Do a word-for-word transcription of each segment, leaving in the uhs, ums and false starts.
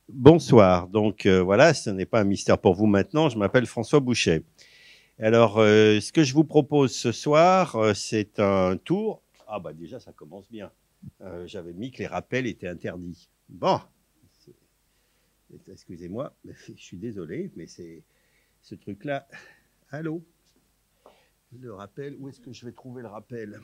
Bonsoir. Donc euh, voilà, ce n'est pas un mystère pour vous maintenant. Je m'appelle François Bouchet. Alors, euh, ce que je vous propose ce soir, euh, c'est un tour. Ah bah déjà, ça commence bien. Euh, J'avais mis que les rappels étaient interdits. Bon, excusez-moi, je suis désolé, mais c'est ce truc-là. Allô? Le rappel, où est-ce que je vais trouver le rappel?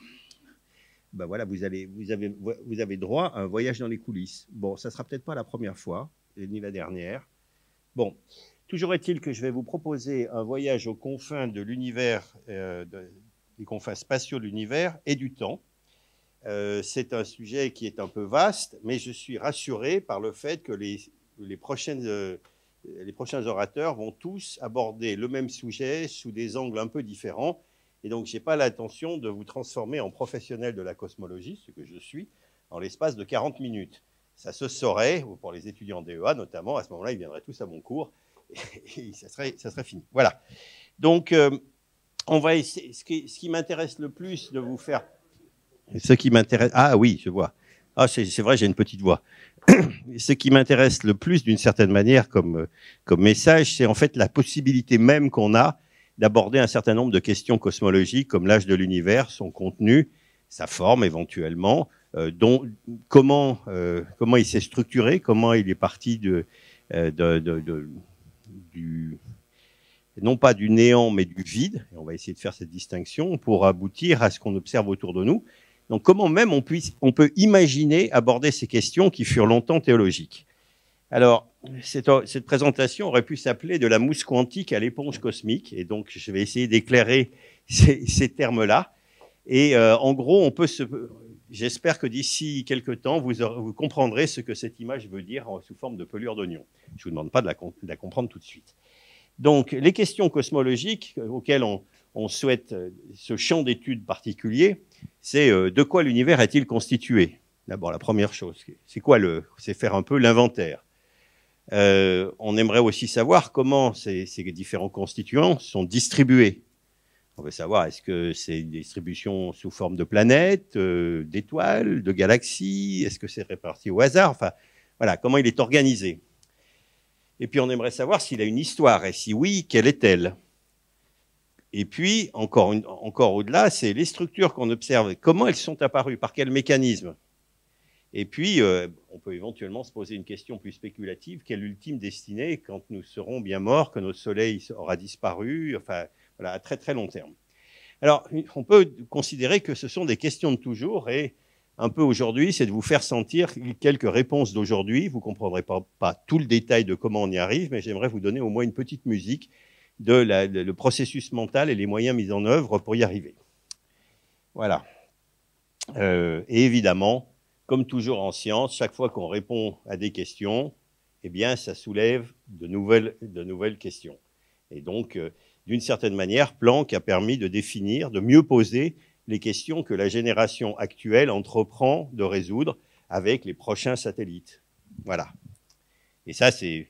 Ben voilà, vous, allez, vous, avez, vous avez droit à un voyage dans les coulisses. Bon, ça ne sera peut-être pas la première fois, ni la dernière. Bon, toujours est-il que je vais vous proposer un voyage aux confins de l'univers, euh, de, des confins spatiaux de l'univers et du temps. Euh, c'est un sujet qui est un peu vaste, mais je suis rassuré par le fait que les, les, prochaines, euh, les prochains orateurs vont tous aborder le même sujet sous des angles un peu différents. Et donc, je n'ai pas l'intention de vous transformer en professionnel de la cosmologie, ce que je suis, en l'espace de quarante minutes. Ça se saurait, pour les étudiants en D E A notamment, à ce moment-là, ils viendraient tous à mon cours et, et ça, serait, ça serait fini. Voilà. Donc, euh, on va essayer, ce qui, ce qui m'intéresse le plus de vous faire... Ce qui m'intéresse... Ah oui, je vois. Ah, c'est vrai, j'ai une petite voix. Ce qui m'intéresse le plus, d'une certaine manière, comme, comme message, c'est en fait la possibilité même qu'on a d'aborder un certain nombre de questions cosmologiques, comme l'âge de l'univers, son contenu, sa forme éventuellement, euh, dont, comment, euh, comment il s'est structuré, comment il est parti de, euh, de, de, de, du, non pas du néant, mais du vide, et on va essayer de faire cette distinction pour aboutir à ce qu'on observe autour de nous. Donc comment même on, puisse, on peut imaginer aborder ces questions qui furent longtemps théologiques. Alors, cette, cette présentation aurait pu s'appeler de la mousse quantique à l'éponge cosmique, et donc je vais essayer d'éclairer ces, ces termes-là. Et euh, en gros, on peut se... J'espère que d'ici quelques temps, vous, aurez, vous comprendrez ce que cette image veut dire sous forme de pelure d'oignon. Je ne vous demande pas de la, de la comprendre tout de suite. Donc, les questions cosmologiques auxquelles on, on souhaite ce champ d'études particulier, c'est euh, de quoi l'univers est-il constitué? D'abord, la première chose, c'est quoi le... C'est faire un peu l'inventaire. Euh, on aimerait aussi savoir comment ces, ces différents constituants sont distribués. On veut savoir, est-ce que c'est une distribution sous forme de planètes, euh, d'étoiles, de galaxies? Est-ce que c'est réparti au hasard? Enfin, voilà, comment il est organisé. Et puis, on aimerait savoir s'il a une histoire, et si oui, quelle est-elle? Et puis, encore, une, encore au-delà, c'est les structures qu'on observe, comment elles sont apparues, par quel mécanisme? Et puis, euh, on peut éventuellement se poser une question plus spéculative, quelle ultime destinée quand nous serons bien morts, que notre soleil aura disparu, enfin, voilà, à très très long terme. Alors, on peut considérer que ce sont des questions de toujours, et un peu aujourd'hui, c'est de vous faire sentir quelques réponses d'aujourd'hui. Vous ne comprendrez pas, pas tout le détail de comment on y arrive, mais j'aimerais vous donner au moins une petite musique de la, de, le processus mental et les moyens mis en œuvre pour y arriver. Voilà. Euh, et évidemment, comme toujours en science, chaque fois qu'on répond à des questions, eh bien, ça soulève de nouvelles, de nouvelles questions. Et donc, euh, d'une certaine manière, Planck a permis de définir, de mieux poser les questions que la génération actuelle entreprend de résoudre avec les prochains satellites. Voilà. Et ça, c'est...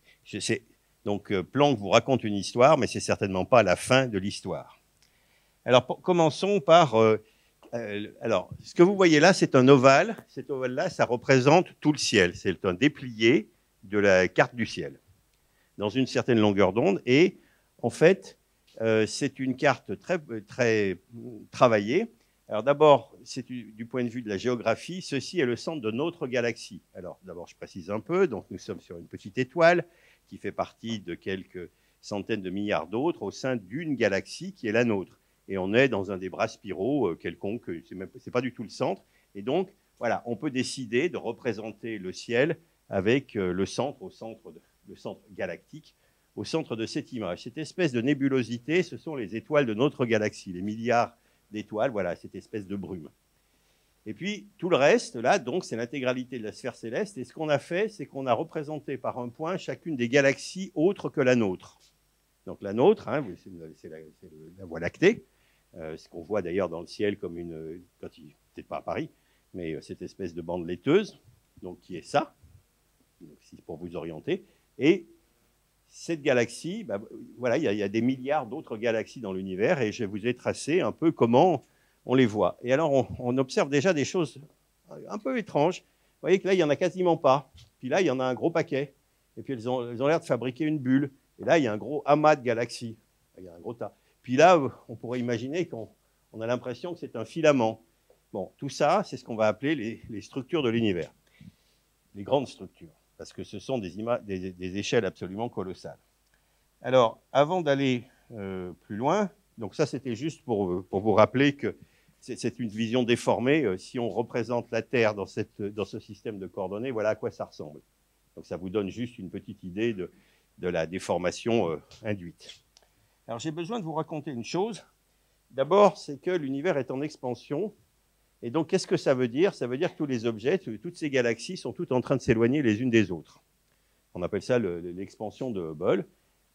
Donc, euh, Planck vous raconte une histoire, mais ce n'est certainement pas la fin de l'histoire. Alors, pour, commençons par... Euh, euh, alors, ce que vous voyez là, c'est un ovale. Cet ovale-là, ça représente tout le ciel. C'est un déplié de la carte du ciel, dans une certaine longueur d'onde. Et, en fait, euh, c'est une carte très, très travaillée. Alors, d'abord, c'est du, du point de vue de la géographie. Ceci est le centre de notre galaxie. Alors, d'abord, je précise un peu. Donc, nous sommes sur une petite étoile qui fait partie de quelques centaines de milliards d'autres au sein d'une galaxie qui est la nôtre. Et on est dans un des bras spiraux euh, quelconque, ce n'est pas du tout le centre. Et donc, voilà, on peut décider de représenter le ciel avec euh, le centre, au centre, de, le centre galactique, au centre de cette image. Cette espèce de nébulosité, ce sont les étoiles de notre galaxie, les milliards d'étoiles, voilà, cette espèce de brume. Et puis, tout le reste, là, donc, c'est l'intégralité de la sphère céleste. Et ce qu'on a fait, c'est qu'on a représenté par un point chacune des galaxies autres que la nôtre. Donc, la nôtre, hein, c'est la, la Voie lactée, euh, ce qu'on voit d'ailleurs dans le ciel comme une, peut-être pas à Paris, mais cette espèce de bande laiteuse, donc qui est ça, donc, pour vous orienter. Et cette galaxie, bah, voilà, il y, y a des milliards d'autres galaxies dans l'univers, et je vous ai tracé un peu comment on les voit. Et alors, on, on observe déjà des choses un peu étranges. Vous voyez que là, il n'y en a quasiment pas. Puis là, il y en a un gros paquet. et puis elles ont elles ont l'air de fabriquer une bulle. Et là, il y a un gros amas de galaxies. Il y a un gros tas. Puis là, on pourrait imaginer qu'on on a l'impression que c'est un filament. Bon, tout ça, c'est ce qu'on va appeler les, les structures de l'univers, les grandes structures, parce que ce sont des, des, des échelles absolument colossales. Alors, avant d'aller euh, plus loin, donc ça, c'était juste pour, pour vous rappeler que c'est une vision déformée. Si on représente la Terre dans, cette, dans ce système de coordonnées, voilà à quoi ça ressemble. Donc ça vous donne juste une petite idée de, de la déformation euh, induite. Alors j'ai besoin de vous raconter une chose. D'abord, c'est que l'univers est en expansion. Et donc, qu'est-ce que ça veut dire? Ça veut dire que tous les objets, toutes ces galaxies sont toutes en train de s'éloigner les unes des autres. On appelle ça l'expansion de Hubble.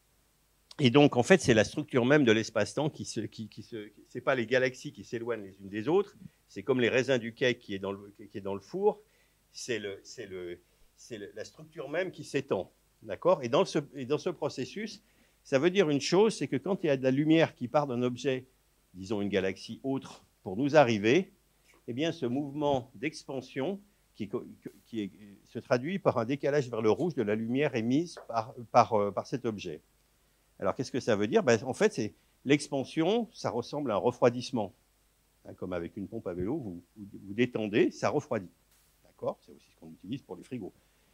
Et donc, en fait, c'est la structure même de l'espace-temps qui se... Qui, qui se c'est pas les galaxies qui s'éloignent les unes des autres, c'est comme les raisins du cake qui est dans le, qui est dans le four, c'est le, le, le, la structure même qui s'étend. D'accord? Et, dans ce, et dans ce processus, ça veut dire une chose, c'est que quand il y a de la lumière qui part d'un objet, disons une galaxie autre, pour nous arriver, eh bien, ce mouvement d'expansion qui, qui est, se traduit par un décalage vers le rouge de la lumière émise par, par, par cet objet. Alors, qu'est-ce que ça veut dire? Ben, en fait, c'est l'expansion, ça ressemble à un refroidissement. Hein, comme avec une pompe à vélo, vous, vous, vous détendez, ça refroidit. D'accord? C'est aussi ce qu'on utilise pour les frigos.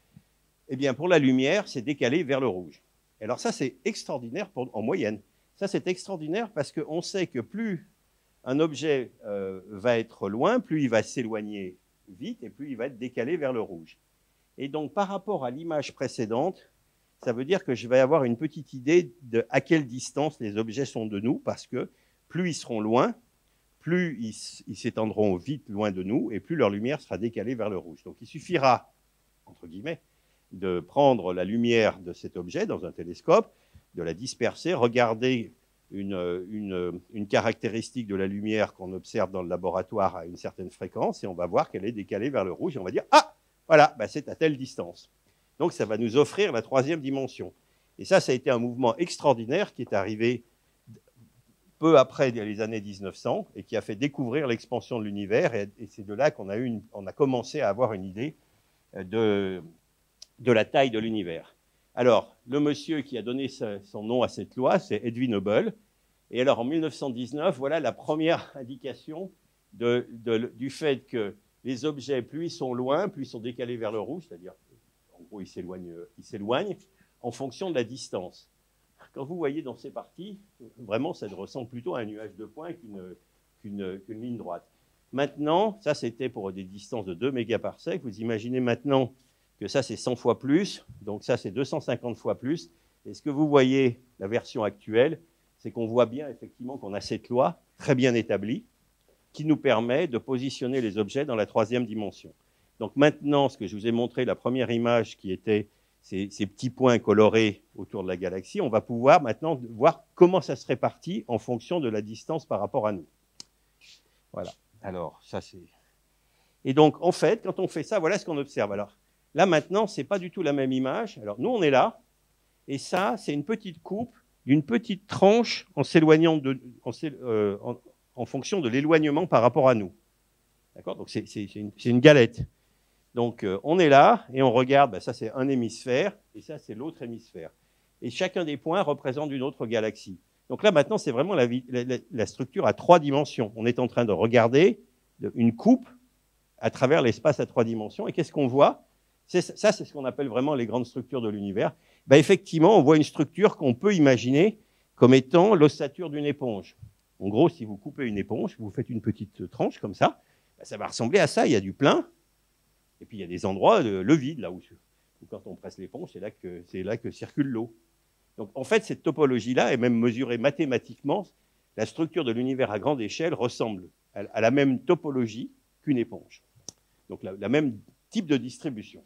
Eh bien, pour la lumière, c'est décalé vers le rouge. Alors ça, c'est extraordinaire pour, en moyenne. Ça, c'est extraordinaire parce qu'on sait que plus un objet euh, va être loin, plus il va s'éloigner vite et plus il va être décalé vers le rouge. Et donc, par rapport à l'image précédente, ça veut dire que je vais avoir une petite idée de à quelle distance les objets sont de nous, parce que plus ils seront loin, plus ils s'étendront vite loin de nous, et plus leur lumière sera décalée vers le rouge. Donc il suffira, entre guillemets, de prendre la lumière de cet objet dans un télescope, de la disperser, regarder une, une, une caractéristique de la lumière qu'on observe dans le laboratoire à une certaine fréquence, et on va voir qu'elle est décalée vers le rouge, et on va dire « Ah, voilà, bah c'est à telle distance ». Donc, ça va nous offrir la troisième dimension. Et ça, ça a été un mouvement extraordinaire qui est arrivé peu après les années mille neuf cents et qui a fait découvrir l'expansion de l'univers. Et, et c'est de là qu'on a, eu une, on a commencé à avoir une idée de, de la taille de l'univers. Alors, le monsieur qui a donné ce, son nom à cette loi, c'est Edwin Hubble. Et alors, en mille neuf cent dix-neuf, voilà la première indication de, de, du fait que les objets, plus ils sont loin, plus ils sont décalés vers le rouge, c'est-à-dire en gros, il s'éloigne, il s'éloigne en fonction de la distance. Quand vous voyez dans ces parties, vraiment, ça ressemble plutôt à un nuage de points qu'une qu'une, qu'une ligne droite. Maintenant, ça, c'était pour des distances de deux mégaparsecs. Vous imaginez maintenant que ça, c'est cent fois plus. Donc ça, c'est deux cent cinquante fois plus. Et ce que vous voyez, la version actuelle, c'est qu'on voit bien, effectivement, qu'on a cette loi très bien établie qui nous permet de positionner les objets dans la troisième dimension. Donc maintenant, ce que je vous ai montré, la première image qui était ces, ces petits points colorés autour de la galaxie, on va pouvoir maintenant voir comment ça se répartit en fonction de la distance par rapport à nous. Voilà. Alors, ça c'est... Et donc, en fait, quand on fait ça, voilà ce qu'on observe. Alors, là, maintenant, ce n'est pas du tout la même image. Alors, nous, on est là, et ça, c'est une petite coupe d'une petite tranche en s'éloignant de... En, euh, en, en fonction de l'éloignement par rapport à nous. D'accord? Donc, c'est une, une galette. Donc, euh, on est là et on regarde, ben, ça c'est un hémisphère et ça c'est l'autre hémisphère. Et chacun des points représente une autre galaxie. Donc là, maintenant, c'est vraiment la, la, la structure à trois dimensions. On est en train de regarder une coupe à travers l'espace à trois dimensions. Et qu'est-ce qu'on voit? Ça, c'est ce qu'on appelle vraiment les grandes structures de l'univers. Ben, effectivement, on voit une structure qu'on peut imaginer comme étant l'ossature d'une éponge. En gros, si vous coupez une éponge, vous faites une petite tranche comme ça, ben, ça va ressembler à ça. Il y a du plein. Et puis, il y a des endroits, le vide, là où, où quand on presse l'éponge, c'est là que, c'est là que circule l'eau. Donc, en fait, cette topologie-là est même mesurée mathématiquement. La structure de l'univers à grande échelle ressemble à, à la même topologie qu'une éponge. Donc, la, la même type de distribution.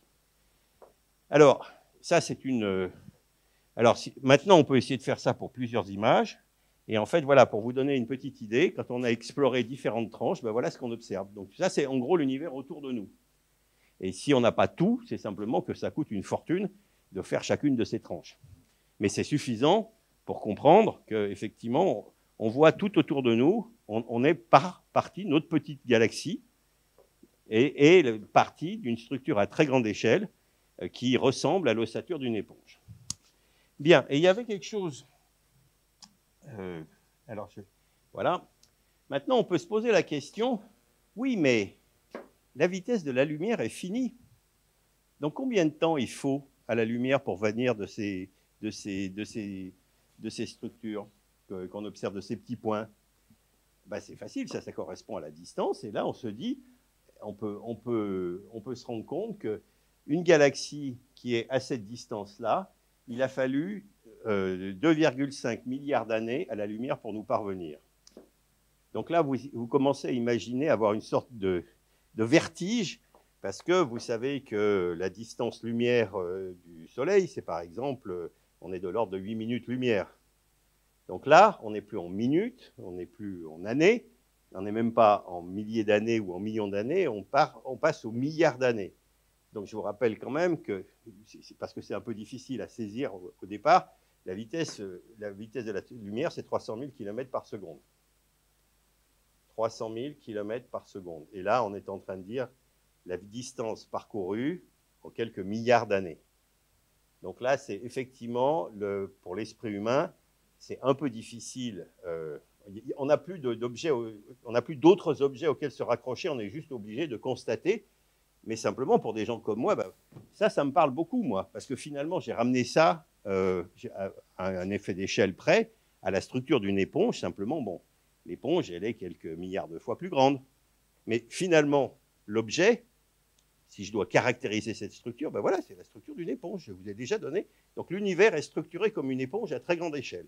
Alors, ça, c'est une... Euh, alors, si, maintenant, on peut essayer de faire ça pour plusieurs images. Et en fait, voilà, pour vous donner une petite idée, quand on a exploré différentes tranches, ben voilà ce qu'on observe. Donc, ça, c'est en gros l'univers autour de nous. Et si on n'a pas tout, c'est simplement que ça coûte une fortune de faire chacune de ces tranches. Mais c'est suffisant pour comprendre qu'effectivement, on voit tout autour de nous, on, on est par partie, notre petite galaxie, et, et partie d'une structure à très grande échelle, euh, qui ressemble à l'ossature d'une éponge. Bien, et il y avait quelque chose... Euh, alors, je, voilà. Maintenant, on peut se poser la question, oui, mais la vitesse de la lumière est finie. Donc, combien de temps il faut à la lumière pour venir de ces, de ces, de ces, de ces structures qu'on observe, de ces petits points? Ben, c'est facile, ça, ça correspond à la distance. Et là, on se dit, on peut, on peut, on peut se rendre compte qu'une galaxie qui est à cette distance-là, il a fallu euh, deux virgule cinq milliards d'années à la lumière pour nous parvenir. Donc là, vous, vous commencez à imaginer avoir une sorte de, de vertige, parce que vous savez que la distance lumière euh, du Soleil, c'est par exemple, euh, on est de l'ordre de huit minutes-lumière. Donc là, on n'est plus en minutes, on n'est plus en années, on n'est même pas en milliers d'années ou en millions d'années, on, on passe aux milliards d'années. Donc je vous rappelle quand même que, parce que c'est un peu difficile à saisir au, au départ, la vitesse, la vitesse de la lumière, c'est trois cent mille kilomètres par seconde. trois cent mille kilomètres par seconde. Et là, on est en train de dire la distance parcourue en quelques milliards d'années. Donc là, c'est effectivement, le, pour l'esprit humain, c'est un peu difficile. Euh, on n'a plus d'objets, on n'a plus d'autres objets auxquels se raccrocher, on est juste obligé de constater. Mais simplement, pour des gens comme moi, bah, ça, ça me parle beaucoup, moi, parce que finalement, j'ai ramené ça euh, à un effet d'échelle près à la structure d'une éponge. Simplement, bon, l'éponge, elle est quelques milliards de fois plus grande. Mais finalement, l'objet, si je dois caractériser cette structure, ben voilà, c'est la structure d'une éponge, je vous ai déjà donné. Donc l'univers est structuré comme une éponge à très grande échelle.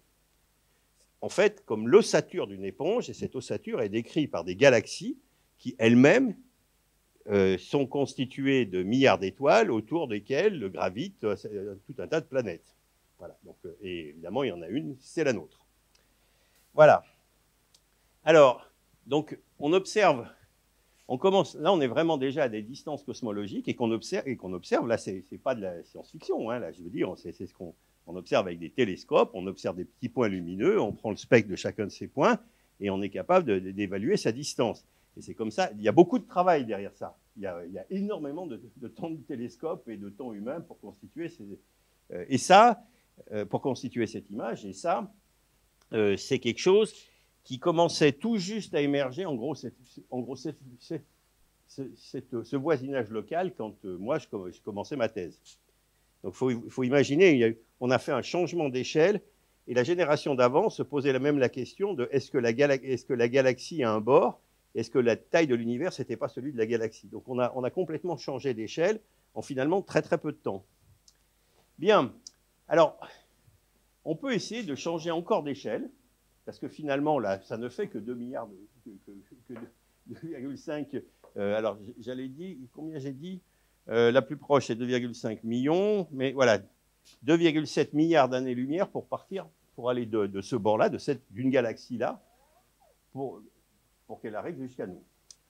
En fait, comme l'ossature d'une éponge, et cette ossature est décrite par des galaxies qui elles-mêmes euh, sont constituées de milliards d'étoiles autour desquelles gravitent euh, tout un tas de planètes. Voilà. Donc, euh, et évidemment, il y en a une, c'est la nôtre. Voilà. Alors, donc, on observe... On commence, là, on est vraiment déjà à des distances cosmologiques et qu'on observe, et qu'on observe, là, ce n'est pas de la science-fiction, hein, là, je veux dire, c'est ce qu'on on observe avec des télescopes, on observe des petits points lumineux, on prend le spectre de chacun de ces points et on est capable d'évaluer sa distance. Et c'est comme ça, il y a beaucoup de travail derrière ça. Il y a, il y a énormément de, de temps de télescope et de temps humain pour constituer ces, euh, et ça, euh, pour constituer cette image, et ça, euh, c'est quelque chose qui commençait tout juste à émerger, en gros, c'est, en gros c'est, c'est, c'est, c'est, ce voisinage local quand euh, moi je, je commençais ma thèse. Donc il faut, faut imaginer, il y a, on a fait un changement d'échelle et la génération d'avant se posait même la question de est-ce que, est-ce que la galaxie a un bord, est-ce que la taille de l'univers n'était pas celui de la galaxie. Donc on a, on a complètement changé d'échelle en finalement très très peu de temps. Bien, alors on peut essayer de changer encore d'échelle. Parce que finalement, là, ça ne fait que deux milliards de... Que, que, que deux virgule cinq... Euh, alors, j'allais dire... Combien j'ai dit euh, La plus proche, c'est deux virgule cinq millions. Mais voilà, deux virgule sept milliards d'années-lumière pour partir, pour aller de, de ce bord-là, d'une galaxie-là, pour, pour qu'elle arrive jusqu'à nous.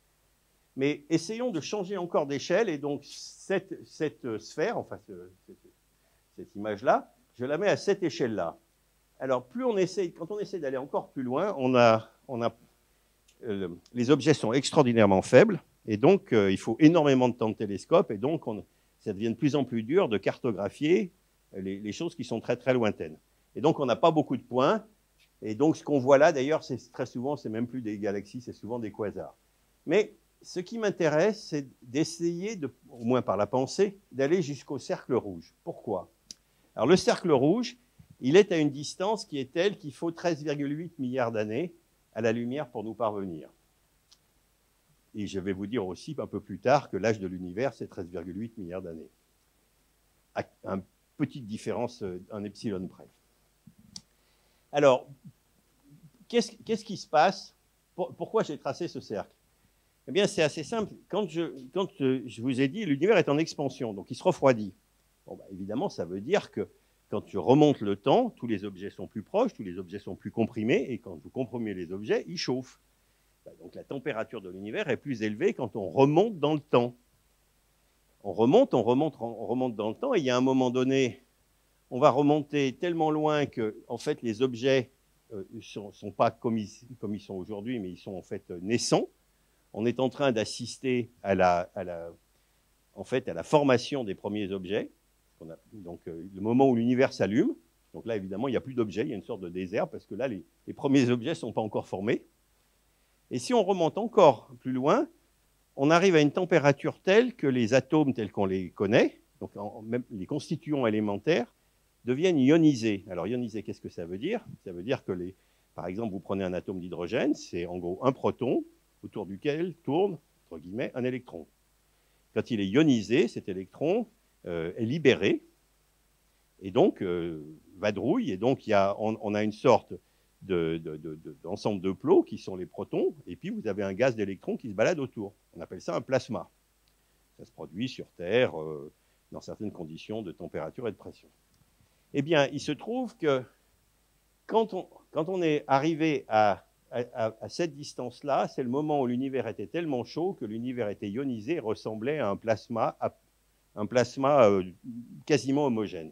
Mais essayons de changer encore d'échelle. Et donc, cette, cette sphère, enfin, ce, cette, cette image-là, je la mets à cette échelle-là. Alors, plus on essaie, quand on essaie d'aller encore plus loin, on a, on a, euh, les objets sont extraordinairement faibles, et donc euh, il faut énormément de temps de télescope, et donc on, ça devient de plus en plus dur de cartographier les, les choses qui sont très très lointaines. Et donc on n'a pas beaucoup de points, et donc ce qu'on voit là, d'ailleurs, c'est très souvent, c'est même plus des galaxies, c'est souvent des quasars. Mais ce qui m'intéresse, c'est d'essayer, de, au moins par la pensée, d'aller jusqu'au cercle rouge. Pourquoi? Alors le cercle rouge, il est à une distance qui est telle qu'il faut treize virgule huit milliards d'années à la lumière pour nous parvenir. Et je vais vous dire aussi un peu plus tard que l'âge de l'univers, c'est treize virgule huit milliards d'années. À une petite différence, un epsilon près. Alors, qu'est-ce qu'est-ce qui se passe? Pourquoi j'ai tracé ce cercle? Eh bien, c'est assez simple. Quand je, quand je vous ai dit, l'univers est en expansion, donc il se refroidit. Bon, bah, évidemment, ça veut dire que quand je remonte le temps, tous les objets sont plus proches, tous les objets sont plus comprimés, et quand vous comprimez les objets, ils chauffent. Donc la température de l'univers est plus élevée quand on remonte dans le temps. On remonte, on remonte, on remonte dans le temps, et il y a un moment donné, on va remonter tellement loin que, en fait, les objets ne euh, sont, sont pas comme ils, comme ils sont aujourd'hui, mais ils sont en fait naissants. On est en train d'assister à la, à la en fait, à la formation des premiers objets. On a, donc, euh, le moment où l'univers s'allume. Donc là, évidemment, il n'y a plus d'objets, il y a une sorte de désert, parce que là, les, les premiers objets ne sont pas encore formés. Et si on remonte encore plus loin, on arrive à une température telle que les atomes tels qu'on les connaît, donc en, même les constituants élémentaires, deviennent ionisés. Alors ionisés, qu'est-ce que ça veut dire? Ça veut dire que, les, par exemple, vous prenez un atome d'hydrogène, c'est en gros un proton autour duquel tourne, entre guillemets, un électron. Quand il est ionisé, cet électron euh, est libéré, et donc euh, vadrouille, et donc il y a, on, on a une sorte de, de, de, de, d'ensemble de plots qui sont les protons, et puis vous avez un gaz d'électrons qui se balade autour. On appelle ça un plasma. Ça se produit sur Terre euh, dans certaines conditions de température et de pression. Eh bien, il se trouve que quand on, quand on est arrivé à, à, à cette distance-là, c'est le moment où l'univers était tellement chaud que l'univers était ionisé et ressemblait à un plasma, à un plasma euh, quasiment homogène.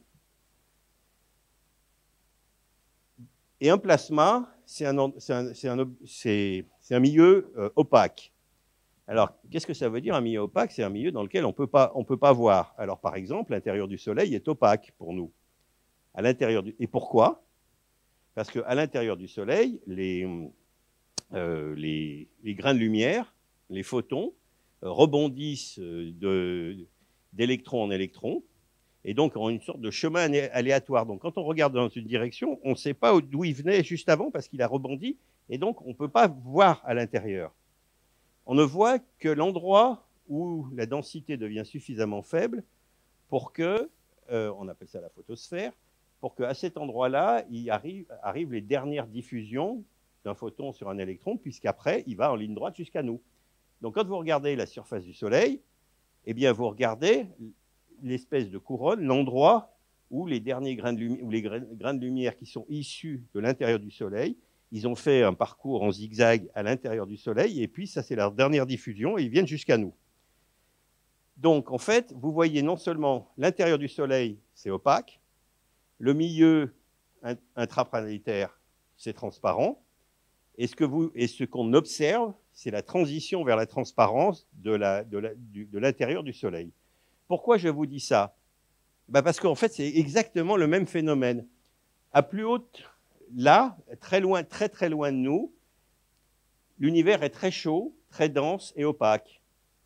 Et un plasma, c'est un, un, un, un milieu euh, opaque. Alors, qu'est-ce que ça veut dire un milieu opaque? C'est un milieu dans lequel on peut pas, on peut pas voir. Alors, par exemple, l'intérieur du Soleil est opaque pour nous. À l'intérieur du... Et pourquoi? Parce qu'à l'intérieur du Soleil, les, euh, les, les grains de lumière, les photons, euh, rebondissent d'électron en électron, et donc ont une sorte de chemin aléatoire. Donc quand on regarde dans une direction, on ne sait pas d'où il venait juste avant parce qu'il a rebondi, et donc on ne peut pas voir à l'intérieur. On ne voit que l'endroit où la densité devient suffisamment faible pour que, euh, on appelle ça la photosphère, pour qu'à cet endroit-là, il arrive, arrivent les dernières diffusions d'un photon sur un électron, puisqu'après, il va en ligne droite jusqu'à nous. Donc quand vous regardez la surface du Soleil, eh bien vous regardez l'espèce de couronne, l'endroit où les derniers grains de lumière, où les grains de lumière qui sont issus de l'intérieur du Soleil, ils ont fait un parcours en zigzag à l'intérieur du Soleil, et puis ça c'est leur dernière diffusion, et ils viennent jusqu'à nous. Donc en fait, vous voyez non seulement l'intérieur du Soleil, c'est opaque, le milieu intraplanétaire, c'est transparent, et ce que vous, et ce qu'on observe, c'est la transition vers la transparence de la, de la, du, de l'intérieur du Soleil. Pourquoi je vous dis ça? Ben parce qu'en fait, c'est exactement le même phénomène. À plus haute, là, très loin, très très loin de nous, l'univers est très chaud, très dense et opaque.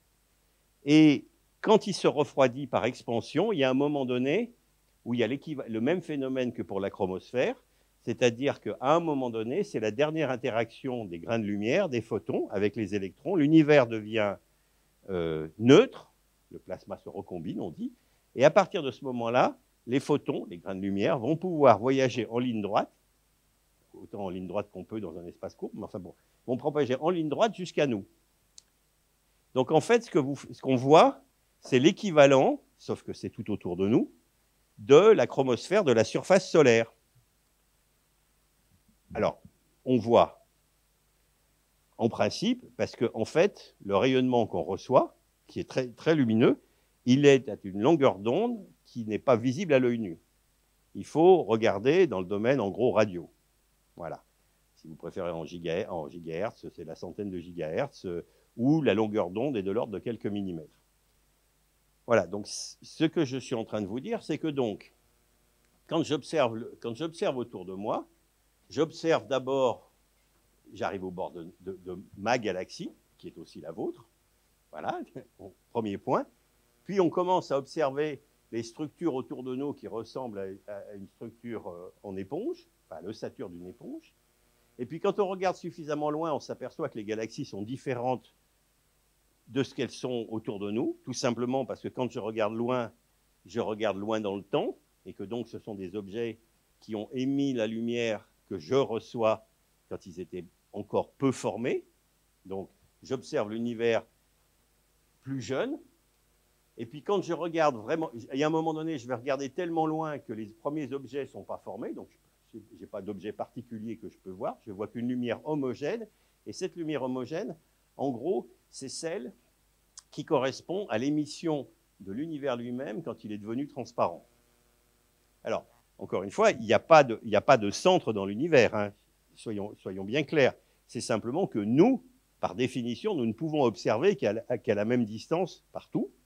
Et quand il se refroidit par expansion, il y a un moment donné où il y a le même phénomène que pour la chromosphère, c'est-à-dire qu'à un moment donné, c'est la dernière interaction des grains de lumière, des photons avec les électrons. L'univers devient euh, neutre, le plasma se recombine, on dit, et à partir de ce moment-là, les photons, les grains de lumière, vont pouvoir voyager en ligne droite, autant en ligne droite qu'on peut dans un espace court, mais enfin bon, vont propager en ligne droite jusqu'à nous. Donc en fait, ce que vous, ce qu'on voit, c'est l'équivalent, sauf que c'est tout autour de nous, de la chromosphère de la surface solaire. Alors, on voit, en principe, parce que en fait, le rayonnement qu'on reçoit, qui est très, très lumineux, il est à une longueur d'onde qui n'est pas visible à l'œil nu. Il faut regarder dans le domaine, en gros, radio. Voilà. Si vous préférez en, giga, en gigahertz, c'est la centaine de gigahertz, où la longueur d'onde est de l'ordre de quelques millimètres. Voilà, donc ce que je suis en train de vous dire, c'est que donc, quand j'observe, quand j'observe autour de moi, j'observe d'abord, j'arrive au bord de, de, de ma galaxie, qui est aussi la vôtre. Voilà, premier point. Puis on commence à observer les structures autour de nous qui ressemblent à, à une structure en éponge, enfin l'ossature d'une éponge. Et puis quand on regarde suffisamment loin, on s'aperçoit que les galaxies sont différentes de ce qu'elles sont autour de nous, tout simplement parce que quand je regarde loin, je regarde loin dans le temps, et que donc ce sont des objets qui ont émis la lumière que je reçois quand ils étaient encore peu formés. Donc j'observe l'univers plus jeune, et puis quand je regarde vraiment, il y a un moment donné, je vais regarder tellement loin que les premiers objets ne sont pas formés, donc je n'ai pas d'objet particulier que je peux voir, je ne vois qu'une lumière homogène, et cette lumière homogène, en gros, c'est celle qui correspond à l'émission de l'univers lui-même quand il est devenu transparent. Alors, encore une fois, il n'y a pas de, il n'y a pas de centre dans l'univers, hein. soyons, soyons bien clairs. C'est simplement que nous, par définition, nous ne pouvons observer qu'à la, qu'à la même distance partout.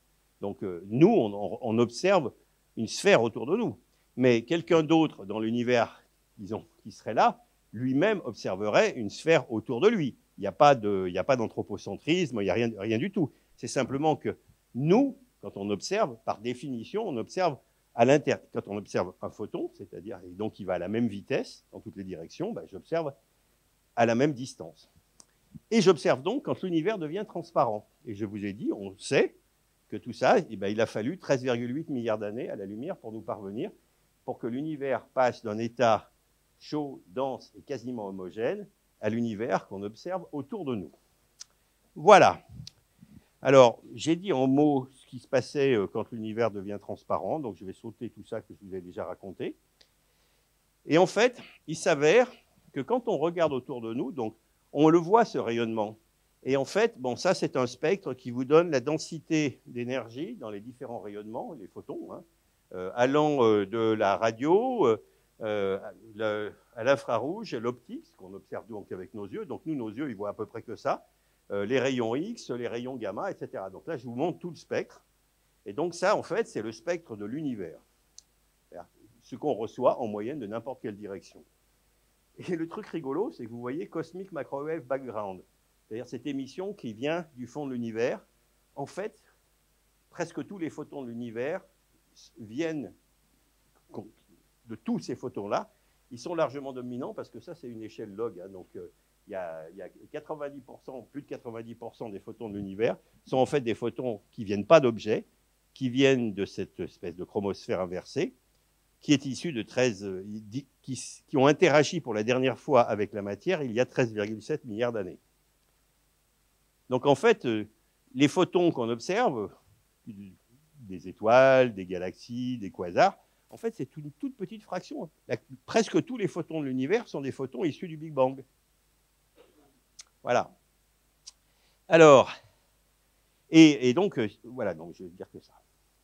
Donc euh, nous, on, on observe une sphère autour de nous. Mais quelqu'un d'autre dans l'univers, disons, qui serait là, lui-même observerait une sphère autour de lui. Il n'y a pas d'anthropocentrisme, il n'y a rien, rien du tout. C'est simplement que nous, quand on observe, par définition, on observe à l'intérieur. Quand on observe un photon, c'est-à-dire, et donc il va à la même vitesse dans toutes les directions, ben, j'observe à la même distance. Et j'observe donc quand l'univers devient transparent. Et je vous ai dit, on sait que tout ça, eh ben, il a fallu treize virgule huit milliards d'années à la lumière pour nous parvenir, pour que l'univers passe d'un état chaud, dense et quasiment homogène à l'univers qu'on observe autour de nous. Voilà. Alors, j'ai dit en mots ce qui se passait quand l'univers devient transparent, donc je vais sauter tout ça que je vous ai déjà raconté. Et en fait, il s'avère que quand on regarde autour de nous, donc on le voit ce rayonnement. Et en fait, bon, ça c'est un spectre qui vous donne la densité d'énergie dans les différents rayonnements, les photons, hein, euh, allant euh, de la radio euh, euh, le, à l'infrarouge, à l'optique, ce qu'on observe donc avec nos yeux. Donc nous, nos yeux, ils voient à peu près que ça. Euh, les rayons X, les rayons gamma, et cetera. Donc là, je vous montre tout le spectre. Et donc ça, en fait, c'est le spectre de l'univers. Ce qu'on reçoit en moyenne de n'importe quelle direction. Et le truc rigolo, c'est que vous voyez Cosmic Microwave Background, c'est-à-dire cette émission qui vient du fond de l'univers. En fait, presque tous les photons de l'univers viennent de tous ces photons-là. Ils sont largement dominants parce que ça, c'est une échelle log. Hein, donc, euh, il y a, il y a quatre-vingt-dix pour cent, plus de quatre-vingt-dix pour cent des photons de l'univers sont en fait des photons qui ne viennent pas d'objets, qui viennent de cette espèce de chromosphère inversée, qui est issue de treize, qui, qui ont interagi pour la dernière fois avec la matière il y a treize virgule sept milliards d'années. Donc en fait, les photons qu'on observe, des étoiles, des galaxies, des quasars, en fait, c'est une toute petite fraction. La, presque tous les photons de l'univers sont des photons issus du Big Bang. Voilà. Alors, et, et donc, euh, voilà, donc je vais dire que ça.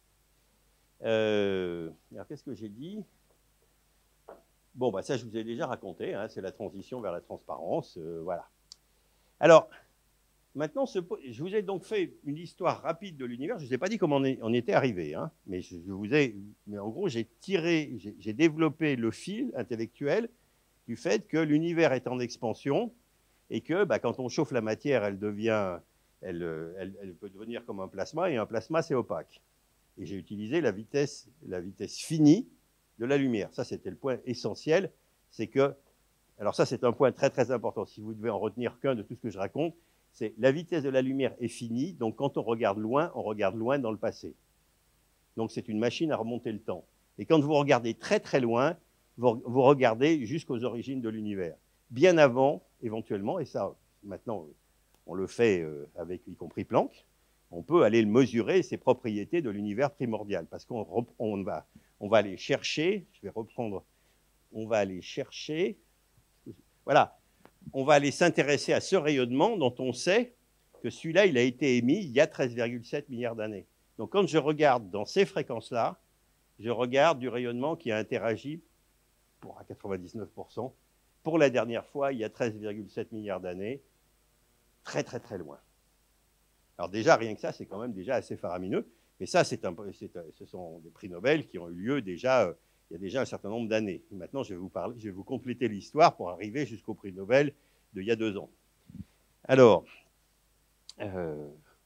Euh, alors, qu'est-ce que j'ai dit? Bon, bah, ça, je vous ai déjà raconté, hein, c'est la transition vers la transparence, euh, voilà. Alors, maintenant, ce, je vous ai donc fait une histoire rapide de l'univers. Je ne vous ai pas dit comment on, est, on était arrivé, hein, mais je, je vous ai, mais en gros, j'ai tiré, j'ai développé le fil intellectuel du fait que l'univers est en expansion et que, bah, quand on chauffe la matière, elle devient, elle, elle, elle peut devenir comme un plasma, et un plasma, c'est opaque. Et j'ai utilisé la vitesse, la vitesse finie de la lumière. Ça, c'était le point essentiel. C'est que, alors ça, c'est un point très, très important. Si vous devez en retenir qu'un de tout ce que je raconte, c'est la vitesse de la lumière est finie. Donc, quand on regarde loin, on regarde loin dans le passé. Donc, c'est une machine à remonter le temps. Et quand vous regardez très, très loin, vous, vous regardez jusqu'aux origines de l'univers. Bien avant, éventuellement, et ça, maintenant, on le fait avec, y compris Planck, on peut aller le mesurer, ses propriétés de l'univers primordial, parce qu'on on va, on va aller chercher, je vais reprendre, on va aller chercher, voilà, on va aller s'intéresser à ce rayonnement dont on sait que celui-là, il a été émis il y a treize virgule sept milliards d'années. Donc quand je regarde dans ces fréquences-là, je regarde du rayonnement qui a interagi, pour à quatre-vingt-dix-neuf pour cent, pour la dernière fois, il y a treize virgule sept milliards d'années, très très très loin. Alors déjà, rien que ça, c'est quand même déjà assez faramineux. Mais ça, c'est un, c'est, ce sont des prix Nobel qui ont eu lieu déjà, euh, il y a déjà un certain nombre d'années. Maintenant, je vais vous parler, je vais vous compléter l'histoire pour arriver jusqu'au prix Nobel d'il y a deux ans. Alors, euh,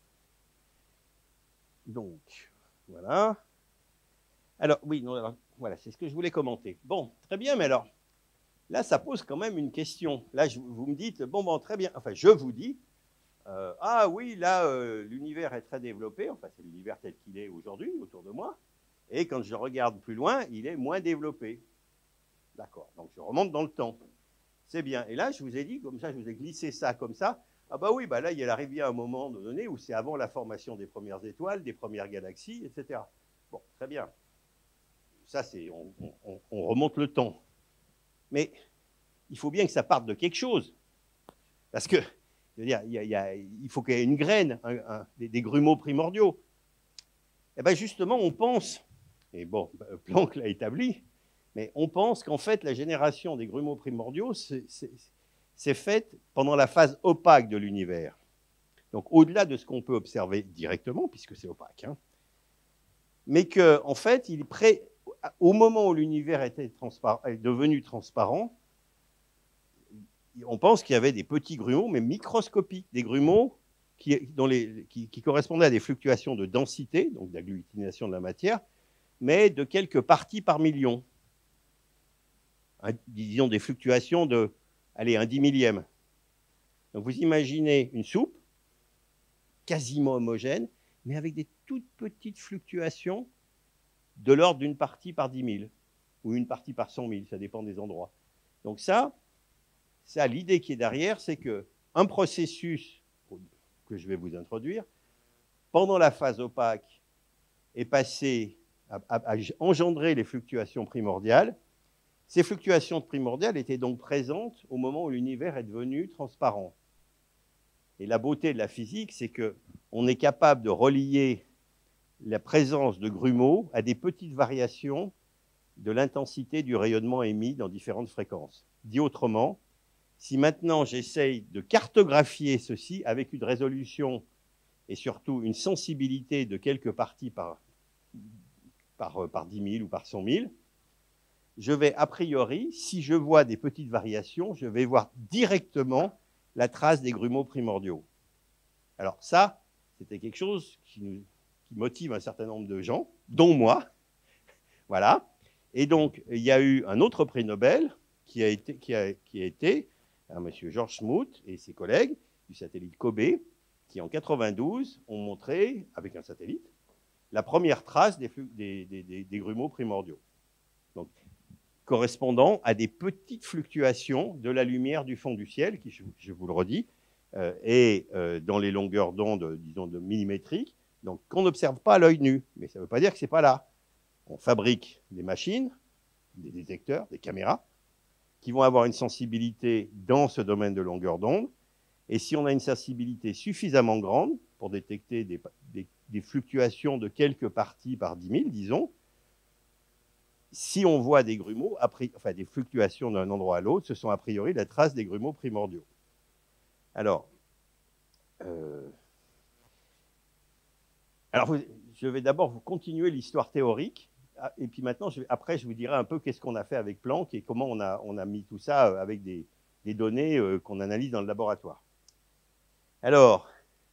donc, voilà. Alors, oui, non, alors, voilà, c'est ce que je voulais commenter. Bon, très bien, mais alors, là, ça pose quand même une question. Là, je, vous me dites, bon, bon, très bien, enfin, je vous dis, Euh, ah oui, là, euh, l'univers est très développé, enfin c'est l'univers tel qu'il est aujourd'hui, autour de moi, et quand je regarde plus loin, il est moins développé. D'accord, donc je remonte dans le temps. C'est bien. Et là, je vous ai dit, comme ça, je vous ai glissé ça comme ça, ah bah oui, bah là, il est arrivé à un moment donné où c'est avant la formation des premières étoiles, des premières galaxies, et cetera. Bon, très bien. Ça, c'est, on, on, on remonte le temps. Mais il faut bien que ça parte de quelque chose. Parce que Je veux dire, il, y a, il, y a, il faut qu'il y ait une graine, un, un, des, des grumeaux primordiaux. Et bien justement, on pense, et bon, Planck l'a établi, mais on pense qu'en fait, la génération des grumeaux primordiaux s'est faite pendant la phase opaque de l'univers. Donc au-delà de ce qu'on peut observer directement, puisque c'est opaque, hein, mais qu'en en fait, il pré... au moment où l'univers était transpar... est devenu transparent, on pense qu'il y avait des petits grumeaux, mais microscopiques, des grumeaux qui, dont les, qui, qui correspondaient à des fluctuations de densité, donc d'agglutination de la matière, mais de quelques parties par million. Un, disons des fluctuations de, allez, un dix millième. Donc vous imaginez une soupe quasiment homogène, mais avec des toutes petites fluctuations de l'ordre d'une partie par dix mille, ou une partie par cent mille, ça dépend des endroits. Donc ça, ça l'idée qui est derrière, c'est qu'un processus que je vais vous introduire, pendant la phase opaque, est passé à, à, à engendrer les fluctuations primordiales. Ces fluctuations primordiales étaient donc présentes au moment où l'univers est devenu transparent. Et la beauté de la physique, c'est qu'on est capable de relier la présence de grumeaux à des petites variations de l'intensité du rayonnement émis dans différentes fréquences. Dit autrement, si maintenant j'essaye de cartographier ceci avec une résolution et surtout une sensibilité de quelques parties par, par, par dix mille ou par cent mille, je vais a priori, si je vois des petites variations, je vais voir directement la trace des grumeaux primordiaux. Alors ça, c'était quelque chose qui, nous, qui motive un certain nombre de gens, dont moi. Voilà. Et donc, il y a eu un autre prix Nobel qui a été, qui a, qui a été à M. George Smoot et ses collègues du satellite Kobe, qui en quatre-vingt-douze ont montré, avec un satellite, la première trace des, des, des, des, des grumeaux primordiaux. Donc, correspondant à des petites fluctuations de la lumière du fond du ciel, qui, je, je vous le redis, euh, est euh, dans les longueurs d'onde, disons, de millimétriques, donc qu'on n'observe pas à l'œil nu. Mais ça ne veut pas dire que ce n'est pas là. On fabrique des machines, des détecteurs, des caméras, qui vont avoir une sensibilité dans ce domaine de longueur d'onde. Et si on a une sensibilité suffisamment grande pour détecter des, des, des fluctuations de quelques parties par dix mille, disons, si on voit des grumeaux, enfin des fluctuations d'un endroit à l'autre, ce sont a priori la trace des grumeaux primordiaux. Alors, euh, alors vous, je vais d'abord vous continuer l'histoire théorique, et puis maintenant, je vais, après, je vous dirai un peu qu'est-ce qu'on a fait avec Planck et comment on a, on a mis tout ça avec des, des données euh, qu'on analyse dans le laboratoire. Alors,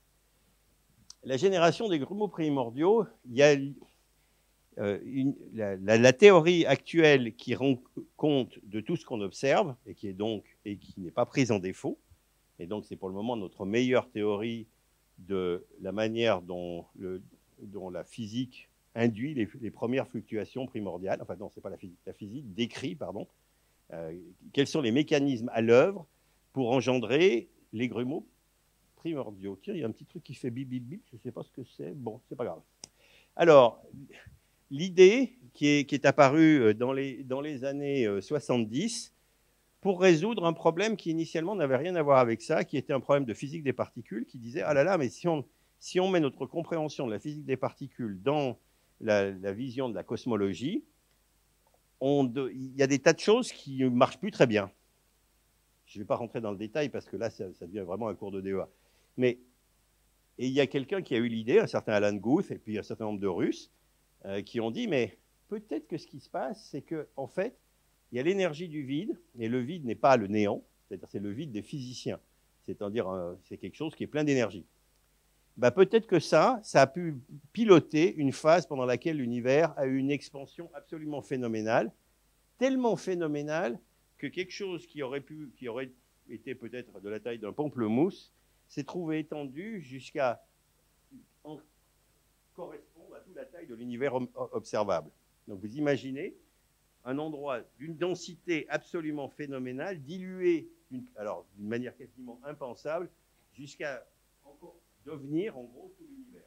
la génération des grumeaux primordiaux, il y a euh, une, la, la, la théorie actuelle qui rend compte de tout ce qu'on observe et qui est donc et qui n'est pas prise en défaut. Et donc, c'est pour le moment notre meilleure théorie de la manière dont, le, dont la physique induit les, les premières fluctuations primordiales. Enfin, non, ce n'est pas la physique. La physique décrit, pardon, euh, quels sont les mécanismes à l'œuvre pour engendrer les grumeaux primordiaux. Tiens, il y a un petit truc qui fait bip, bip, bip. Je ne sais pas ce que c'est. Bon, c'est pas grave. Alors, l'idée qui est, qui est apparue dans les, dans les années soixante-dix pour résoudre un problème qui initialement n'avait rien à voir avec ça, qui était un problème de physique des particules, qui disait « Ah là là, mais si on, si on met notre compréhension de la physique des particules dans la, la vision de la cosmologie, on de, il y a des tas de choses qui ne marchent plus très bien. » Je ne vais pas rentrer dans le détail parce que là, ça, ça devient vraiment un cours de D E A. Mais et il y a quelqu'un qui a eu l'idée, un certain Alan Guth, et puis un certain nombre de Russes, euh, qui ont dit « Mais peut-être que ce qui se passe, c'est qu'en en fait, il y a l'énergie du vide, et le vide n'est pas le néant, c'est-à-dire c'est le vide des physiciens, c'est-à-dire euh, c'est quelque chose qui est plein d'énergie. Ben, peut-être que ça, ça a pu piloter une phase pendant laquelle l'univers a eu une expansion absolument phénoménale, tellement phénoménale que quelque chose qui aurait, pu, qui aurait été peut-être de la taille d'un pamplemousse s'est trouvé étendu jusqu'à correspondre à toute la taille de l'univers observable. Donc vous imaginez un endroit d'une densité absolument phénoménale, dilué d'une manière quasiment impensable, jusqu'à encore devenir, en gros, tout l'univers.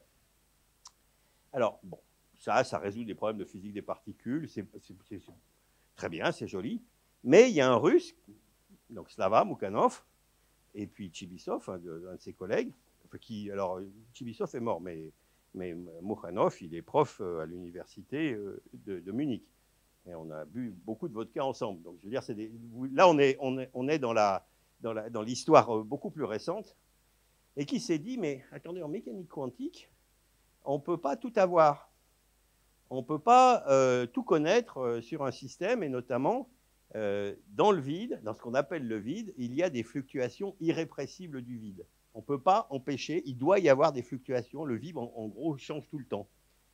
Alors, bon, ça, ça résout des problèmes de physique des particules, c'est très bien, c'est joli, mais il y a un Russe, donc Slava Mukhanov, et puis Chibisov, un de, un de ses collègues, qui, alors, Chibisov est mort, mais, mais Mukhanov, il est prof à l'université de, de Munich. Et on a bu beaucoup de vodka ensemble. Donc, je veux dire, c'est des, là, on est, on est, on est dans la, dans la, dans l'histoire beaucoup plus récente, et qui s'est dit, mais attendez, en mécanique quantique, on ne peut pas tout avoir. on ne peut pas euh, tout connaître euh, sur un système, et notamment euh, dans le vide, dans ce qu'on appelle le vide, il y a des fluctuations irrépressibles du vide. On ne peut pas empêcher, il doit y avoir des fluctuations, le vide en, en gros change tout le temps.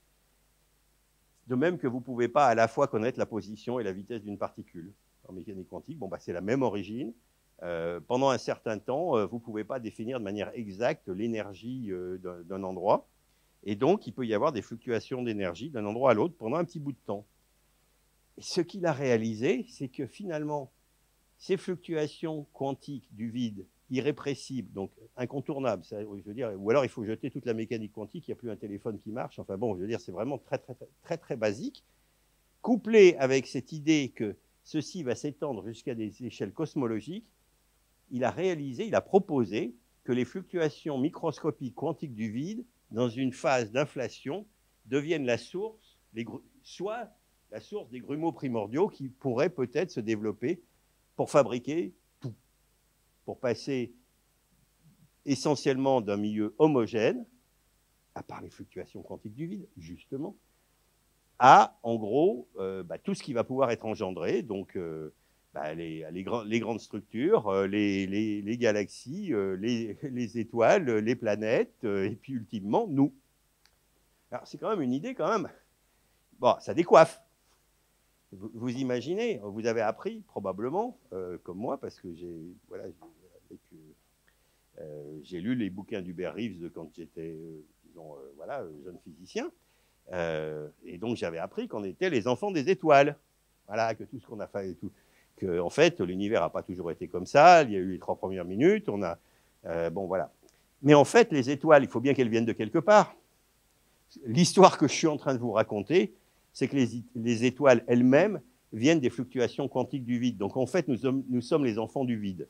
De même que vous ne pouvez pas à la fois connaître la position et la vitesse d'une particule. En mécanique quantique, bon, bah, c'est la même origine. Euh, pendant un certain temps, euh, vous ne pouvez pas définir de manière exacte l'énergie euh, d'un endroit. Et donc, il peut y avoir des fluctuations d'énergie d'un endroit à l'autre pendant un petit bout de temps. Et ce qu'il a réalisé, c'est que finalement, ces fluctuations quantiques du vide, irrépressibles, donc incontournables, ça, je veux dire, ou alors il faut jeter toute la mécanique quantique, il n'y a plus un téléphone qui marche. Enfin bon, je veux dire, c'est vraiment très, très, très, très, très basique. Couplé avec cette idée que ceci va s'étendre jusqu'à des échelles cosmologiques, il a réalisé, il a proposé que les fluctuations microscopiques quantiques du vide, dans une phase d'inflation, deviennent la source, les, soit la source des grumeaux primordiaux qui pourraient peut-être se développer pour fabriquer tout, pour passer essentiellement d'un milieu homogène, à part les fluctuations quantiques du vide, justement, à, en gros, euh, bah, tout ce qui va pouvoir être engendré, donc euh, bah, les, les, grands, les grandes structures, euh, les, les, les galaxies, euh, les, les étoiles, les planètes, euh, et puis ultimement, nous. Alors, c'est quand même une idée, quand même. Bon, ça décoiffe. Vous, vous imaginez, vous avez appris, probablement, euh, comme moi, parce que j'ai voilà, euh, j'ai lu les bouquins d'Hubert Reeves quand j'étais, euh, disons, euh, voilà, jeune physicien. Euh, et donc, j'avais appris qu'on était les enfants des étoiles. Voilà, que tout ce qu'on a fait, et tout, que, en fait, l'univers n'a pas toujours été comme ça. Il y a eu les trois premières minutes. On a, euh, bon, voilà. Mais en fait, les étoiles, il faut bien qu'elles viennent de quelque part. L'histoire que je suis en train de vous raconter, c'est que les, les étoiles elles-mêmes viennent des fluctuations quantiques du vide. Donc, en fait, nous sommes, nous sommes les enfants du vide.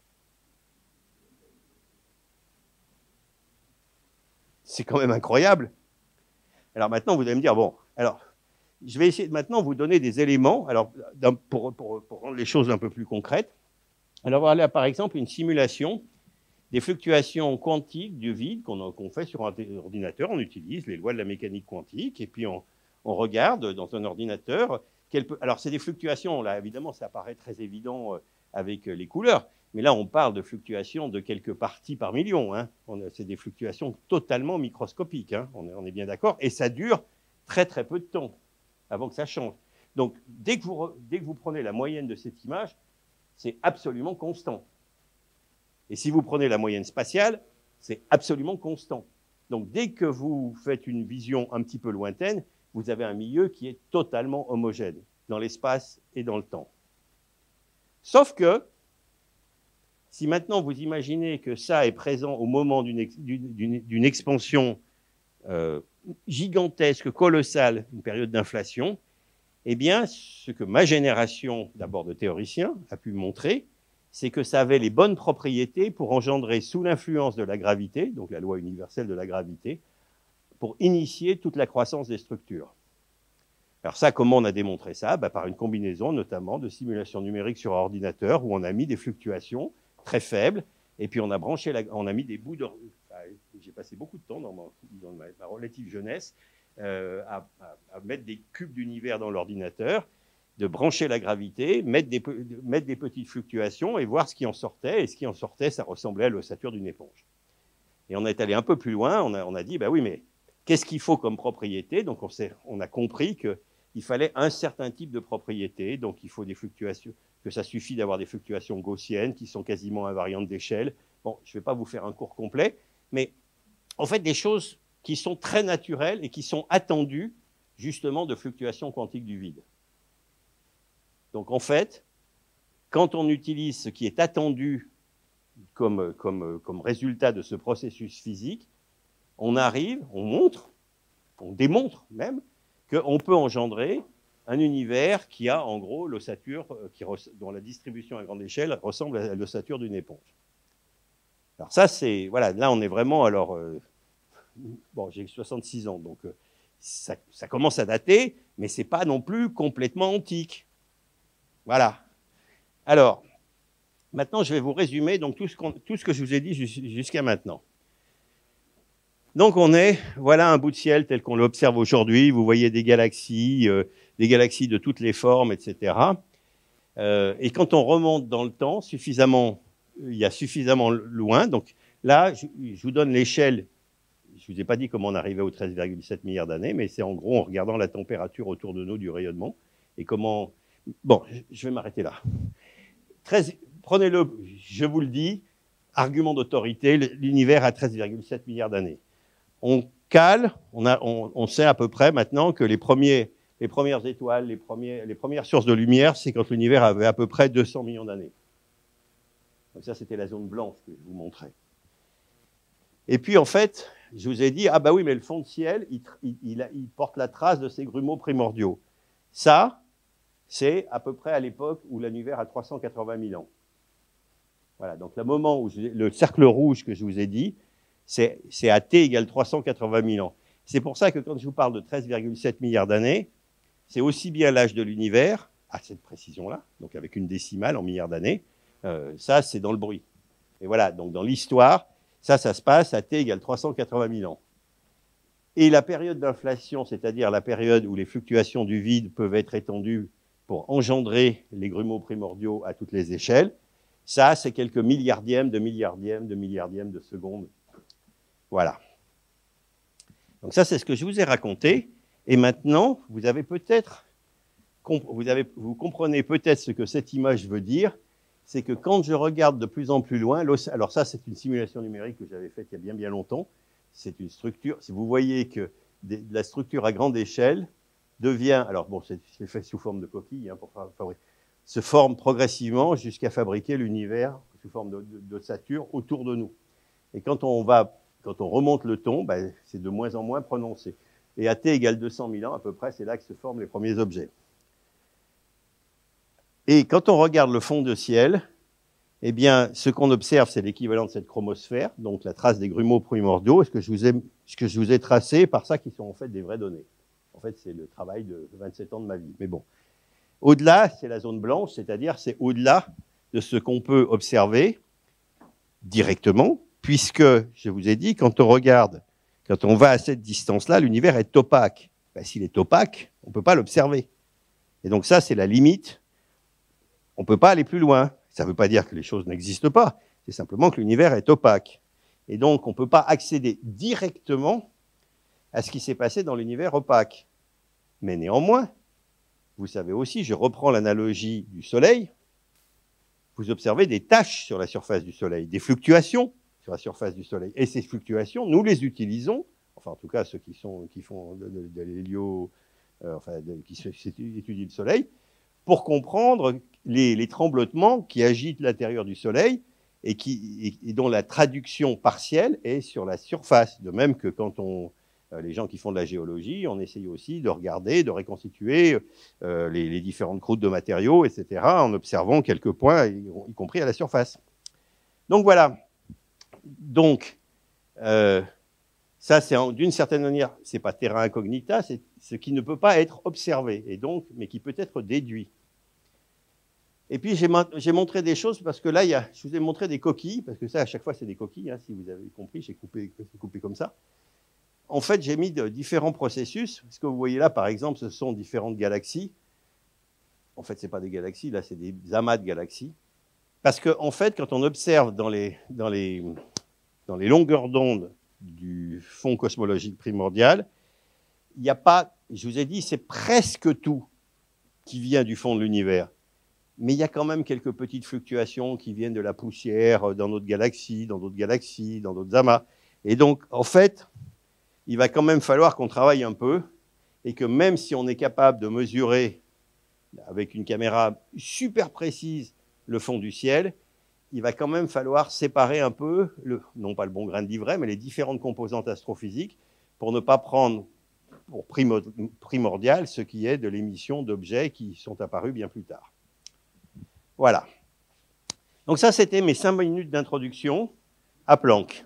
C'est quand même incroyable. Alors maintenant, vous allez me dire, bon, alors, je vais essayer de maintenant vous donner des éléments, alors, pour, pour, pour rendre les choses un peu plus concrètes. Alors voilà, par exemple, une simulation des fluctuations quantiques du vide qu'on qu'on fait sur un ordinateur. On utilise les lois de la mécanique quantique, et puis on, on regarde dans un ordinateur. Peut, alors, c'est des fluctuations, là, évidemment, ça paraît très évident avec les couleurs, mais là, on parle de fluctuations de quelques parties par million. Hein. C'est des fluctuations totalement microscopiques, hein. on, est, on est bien d'accord, et ça dure très, très peu de temps avant que ça change. Donc, dès que vous, dès que vous prenez la moyenne de cette image, c'est absolument constant. Et si vous prenez la moyenne spatiale, c'est absolument constant. Donc, dès que vous faites une vision un petit peu lointaine, vous avez un milieu qui est totalement homogène dans l'espace et dans le temps. Sauf que, si maintenant vous imaginez que ça est présent au moment d'une ex, expansion euh, gigantesque, colossale, une période d'inflation, eh bien, ce que ma génération, d'abord de théoriciens, a pu montrer, c'est que ça avait les bonnes propriétés pour engendrer, sous l'influence de la gravité, donc la loi universelle de la gravité, pour initier toute la croissance des structures. Alors ça, comment on a démontré ça? Ben, par une combinaison notamment de simulations numériques sur ordinateur, où on a mis des fluctuations très faibles, et puis on a branché, la, on a mis des bouts de... J'ai passé beaucoup de temps dans ma, dans ma, ma relative jeunesse euh, à, à, à mettre des cubes d'univers dans l'ordinateur, de brancher la gravité, mettre des, mettre des petites fluctuations et voir ce qui en sortait. Et ce qui en sortait, ça ressemblait à l'ossature d'une éponge. Et on est allé un peu plus loin, on a, on a dit, ben oui, mais qu'est-ce qu'il faut comme propriété? Donc on, on a compris qu'il fallait un certain type de propriété, donc il faut des fluctuations, que ça suffit d'avoir des fluctuations gaussiennes qui sont quasiment invariantes d'échelle. Bon, je ne vais pas vous faire un cours complet, mais en fait, des choses qui sont très naturelles et qui sont attendues justement de fluctuations quantiques du vide. Donc en fait, quand on utilise ce qui est attendu comme, comme, comme résultat de ce processus physique, on arrive, on montre, on démontre même, qu'on peut engendrer un univers qui a en gros l'ossature, dont la distribution à grande échelle ressemble à l'ossature d'une éponge. Alors ça, c'est, voilà, là on est vraiment, alors, euh, bon, j'ai soixante-six ans, donc euh, ça, ça commence à dater, mais c'est pas non plus complètement antique. Voilà. Alors, maintenant, je vais vous résumer donc, tout, ce qu'on, tout ce que je vous ai dit jusqu'à maintenant. Donc on est, voilà un bout de ciel tel qu'on l'observe aujourd'hui. Vous voyez des galaxies, euh, des galaxies de toutes les formes, et cetera. Euh, et quand on remonte dans le temps, suffisamment, il y a suffisamment loin. Donc là, je, je vous donne l'échelle. Je ne vous ai pas dit comment on arrivait aux treize virgule sept milliards d'années, mais c'est en gros en regardant la température autour de nous du rayonnement et comment. Bon, je vais m'arrêter là. treize, prenez-le, je vous le dis, argument d'autorité, l'univers a treize virgule sept milliards d'années. On cale, on, a, on, on sait à peu près maintenant que les, premiers, les premières étoiles, les, premiers, les premières sources de lumière, c'est quand l'univers avait à peu près deux cents millions d'années. Donc ça, c'était la zone blanche que je vous montrais. Et puis, en fait, je vous ai dit, ah bah oui, mais le fond de ciel, il, il, il, il porte la trace de ces grumeaux primordiaux. Ça, c'est à peu près à l'époque où l'univers a trois cent quatre-vingt mille ans. Voilà, donc le moment où je, le cercle rouge que je vous ai dit, c'est à t égale trois cent quatre-vingt mille ans. C'est pour ça que quand je vous parle de treize virgule sept milliards d'années, c'est aussi bien l'âge de l'univers, à cette précision-là, donc avec une décimale en milliards d'années, euh, ça c'est dans le bruit. Et voilà, donc dans l'histoire, ça, ça se passe à t égale trois cent quatre-vingt mille ans. Et la période d'inflation, c'est-à-dire la période où les fluctuations du vide peuvent être étendues pour engendrer les grumeaux primordiaux à toutes les échelles, ça c'est quelques milliardièmes de milliardièmes de milliardièmes de secondes. Voilà. Donc ça, c'est ce que je vous ai raconté. Et maintenant, vous avez peut-être, vous, avez, vous comprenez peut-être ce que cette image veut dire. C'est que quand je regarde de plus en plus loin, alors ça, c'est une simulation numérique que j'avais faite il y a bien, bien longtemps. C'est une structure, si vous voyez que des, la structure à grande échelle devient, alors bon, c'est fait sous forme de coquille, hein, pour fabriquer, se forme progressivement jusqu'à fabriquer l'univers sous forme d'ossature autour de nous. Et quand on va Quand on remonte le ton, ben, c'est de moins en moins prononcé. Et à t égale deux cent mille ans, à peu près, c'est là que se forment les premiers objets. Et quand on regarde le fond de ciel, eh bien, ce qu'on observe, c'est l'équivalent de cette chromosphère, donc la trace des grumeaux primordiaux, ce que je vous ai, ce que je vous ai tracé par ça, qui sont en fait des vraies données. En fait, c'est le travail de vingt-sept ans de ma vie. Mais bon. Au-delà, c'est la zone blanche, c'est-à-dire c'est au-delà de ce qu'on peut observer directement, puisque, je vous ai dit, quand on regarde, quand on va à cette distance-là, l'univers est opaque. Ben, s'il est opaque, on ne peut pas l'observer. Et donc ça, c'est la limite. On ne peut pas aller plus loin. Ça ne veut pas dire que les choses n'existent pas. C'est simplement que l'univers est opaque. Et donc, on ne peut pas accéder directement à ce qui s'est passé dans l'univers opaque. Mais néanmoins, vous savez aussi, je reprends l'analogie du Soleil, vous observez des taches sur la surface du Soleil, des fluctuations sur la surface du Soleil. Et ces fluctuations, nous les utilisons, enfin en tout cas ceux qui, sont, qui font de, de, de l'hélio, euh, enfin de, qui étudient le Soleil, pour comprendre les, les tremblements qui agitent l'intérieur du Soleil et, qui, et, et dont la traduction partielle est sur la surface. De même que quand on, euh, les gens qui font de la géologie, on essaye aussi de regarder, de reconstituer euh, les, les différentes croûtes de matériaux, et cetera, en observant quelques points, y, y compris à la surface. Donc voilà. Donc, euh, ça, c'est d'une certaine manière, c'est pas terra incognita, c'est ce qui ne peut pas être observé, et donc, mais qui peut être déduit. Et puis, j'ai montré des choses, parce que là, il y a, je vous ai montré des coquilles, parce que ça, à chaque fois, c'est des coquilles, hein, si vous avez compris, j'ai coupé, coupé comme ça. En fait, j'ai mis de différents processus. Ce que vous voyez là, par exemple, ce sont différentes galaxies. En fait, ce n'est pas des galaxies, là, c'est des amas de galaxies. Parce qu'en en fait, quand on observe dans les, dans les, dans les longueurs d'onde du fond cosmologique primordial, il n'y a pas, je vous ai dit, c'est presque tout qui vient du fond de l'univers. Mais il y a quand même quelques petites fluctuations qui viennent de la poussière dans notre galaxie, dans d'autres galaxies, dans d'autres amas. Et donc, en fait, il va quand même falloir qu'on travaille un peu et que même si on est capable de mesurer avec une caméra super précise le fond du ciel, il va quand même falloir séparer un peu, le, non pas le bon grain de livret, mais les différentes composantes astrophysiques pour ne pas prendre pour primordial ce qui est de l'émission d'objets qui sont apparus bien plus tard. Voilà. Donc ça, c'était mes cinq minutes d'introduction à Planck.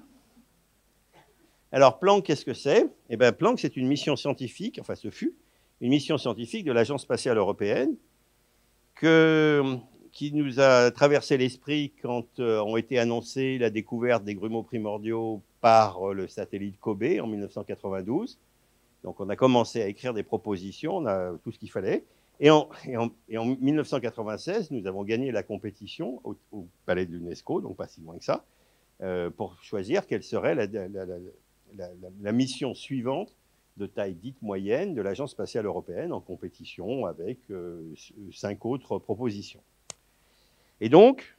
Alors Planck, qu'est-ce que c'est? Eh bien, Planck, c'est une mission scientifique, enfin ce fut, une mission scientifique de l'Agence spatiale européenne que, qui nous a traversé l'esprit quand euh, ont été annoncées la découverte des grumeaux primordiaux par euh, le satellite COBE en mille neuf cent quatre-vingt-douze. Donc on a commencé à écrire des propositions, on a tout ce qu'il fallait. Et en, et, en, et en mille neuf cent quatre-vingt-seize, nous avons gagné la compétition au, au Palais de l'UNESCO, donc pas si loin que ça, euh, pour choisir quelle serait la, la, la, la, la mission suivante de taille dite moyenne de l'Agence spatiale européenne en compétition avec euh, cinq autres propositions. Et donc,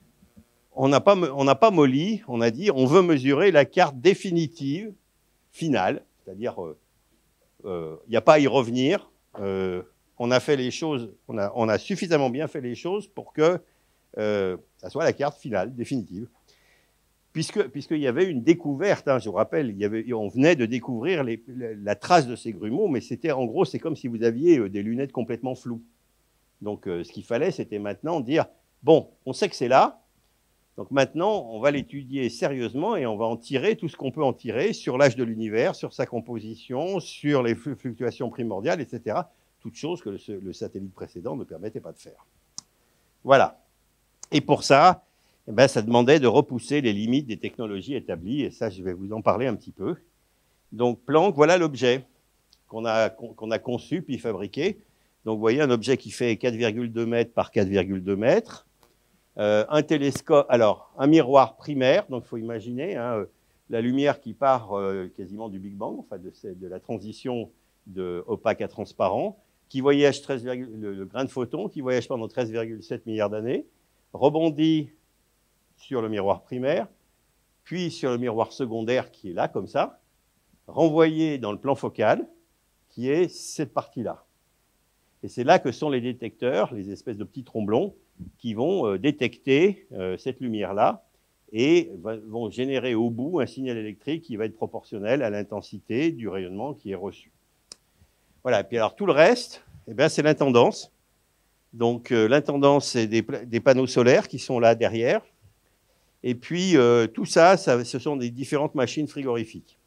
on n'a pas, on n'a pas molli, on a dit on veut mesurer la carte définitive, finale, c'est-à-dire il euh, n'y euh, a pas à y revenir. Euh, on a fait les choses, on a, on a suffisamment bien fait les choses pour que euh, ça soit la carte finale, définitive. Puisque, puisqu'il y avait une découverte, hein, je vous rappelle, il y avait, on venait de découvrir les, la, la trace de ces grumeaux, mais c'était en gros, c'est comme si vous aviez euh, des lunettes complètement floues. Donc, euh, ce qu'il fallait, c'était maintenant dire, bon, on sait que c'est là, donc maintenant, on va l'étudier sérieusement et on va en tirer tout ce qu'on peut en tirer sur l'âge de l'univers, sur sa composition, sur les fluctuations primordiales, et cetera. Toutes choses que le, le satellite précédent ne permettait pas de faire. Voilà. Et pour ça, eh ben, ça demandait de repousser les limites des technologies établies, et ça, je vais vous en parler un petit peu. Donc, Planck, voilà l'objet qu'on a, qu'on a conçu puis fabriqué. Donc, vous voyez, un objet qui fait quatre virgule deux mètres par quatre virgule deux mètres. Euh, un télescope, alors, un miroir primaire, donc il faut imaginer hein, la lumière qui part euh, quasiment du Big Bang, enfin de, de la transition de opaque à transparent, qui voyage treize, le, le grain de photon, qui voyage pendant treize virgule sept milliards d'années, rebondit sur le miroir primaire, puis sur le miroir secondaire qui est là, comme ça, renvoyé dans le plan focal, qui est cette partie-là. Et c'est là que sont les détecteurs, les espèces de petits tromblons, qui vont euh, détecter euh, cette lumière-là et va, vont générer au bout un signal électrique qui va être proportionnel à l'intensité du rayonnement qui est reçu. Voilà, et puis alors tout le reste, eh bien, c'est l'intendance. Donc euh, l'intendance, c'est des, des panneaux solaires qui sont là derrière. Et puis, euh, tout ça, ça, ce sont des différentes machines frigorifiques.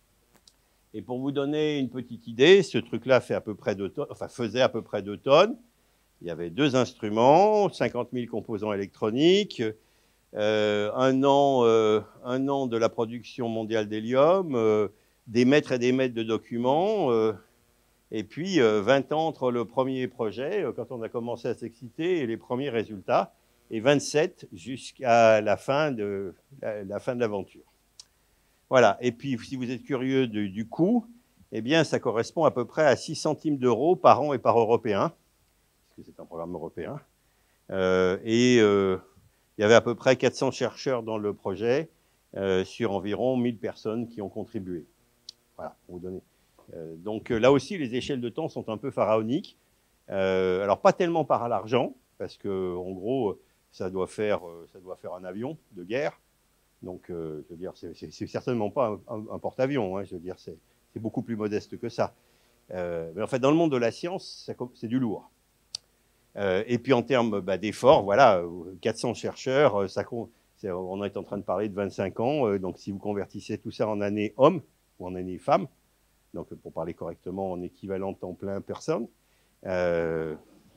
Et pour vous donner une petite idée, ce truc-là fait à peu près deux tonnes, enfin, faisait à peu près deux tonnes. Il y avait deux instruments, cinquante mille composants électroniques, euh, un, an, euh, un an de la production mondiale d'hélium, euh, des mètres et des mètres de documents, euh, et puis euh, vingt ans entre le premier projet, euh, quand on a commencé à s'exciter, et les premiers résultats, et vingt-sept jusqu'à la fin de la, la fin de l'aventure. Voilà. Et puis, si vous êtes curieux du, du coût, eh bien, ça correspond à peu près à six centimes d'euros par an et par Européen, puisque c'est un programme européen. Euh, et euh, il y avait à peu près quatre cents chercheurs dans le projet, euh, sur environ mille personnes qui ont contribué. Voilà, pour vous donner. Euh, donc là aussi, les échelles de temps sont un peu pharaoniques. Euh, alors, pas tellement par l'argent, parce que, en gros, ça doit faire, ça doit faire un avion de guerre. Donc, euh, je veux dire, c'est certainement pas un, un, un porte-avions. Hein, je veux dire, c'est beaucoup plus modeste que ça. Euh, mais en fait, dans le monde de la science, c'est du lourd. Euh, et puis, en termes bah, d'efforts, voilà, quatre cents chercheurs, ça, est, on est en train de parler de vingt-cinq ans. Euh, donc, si vous convertissez tout ça en années hommes ou en années femmes, donc pour parler correctement en équivalent temps plein personne, euh,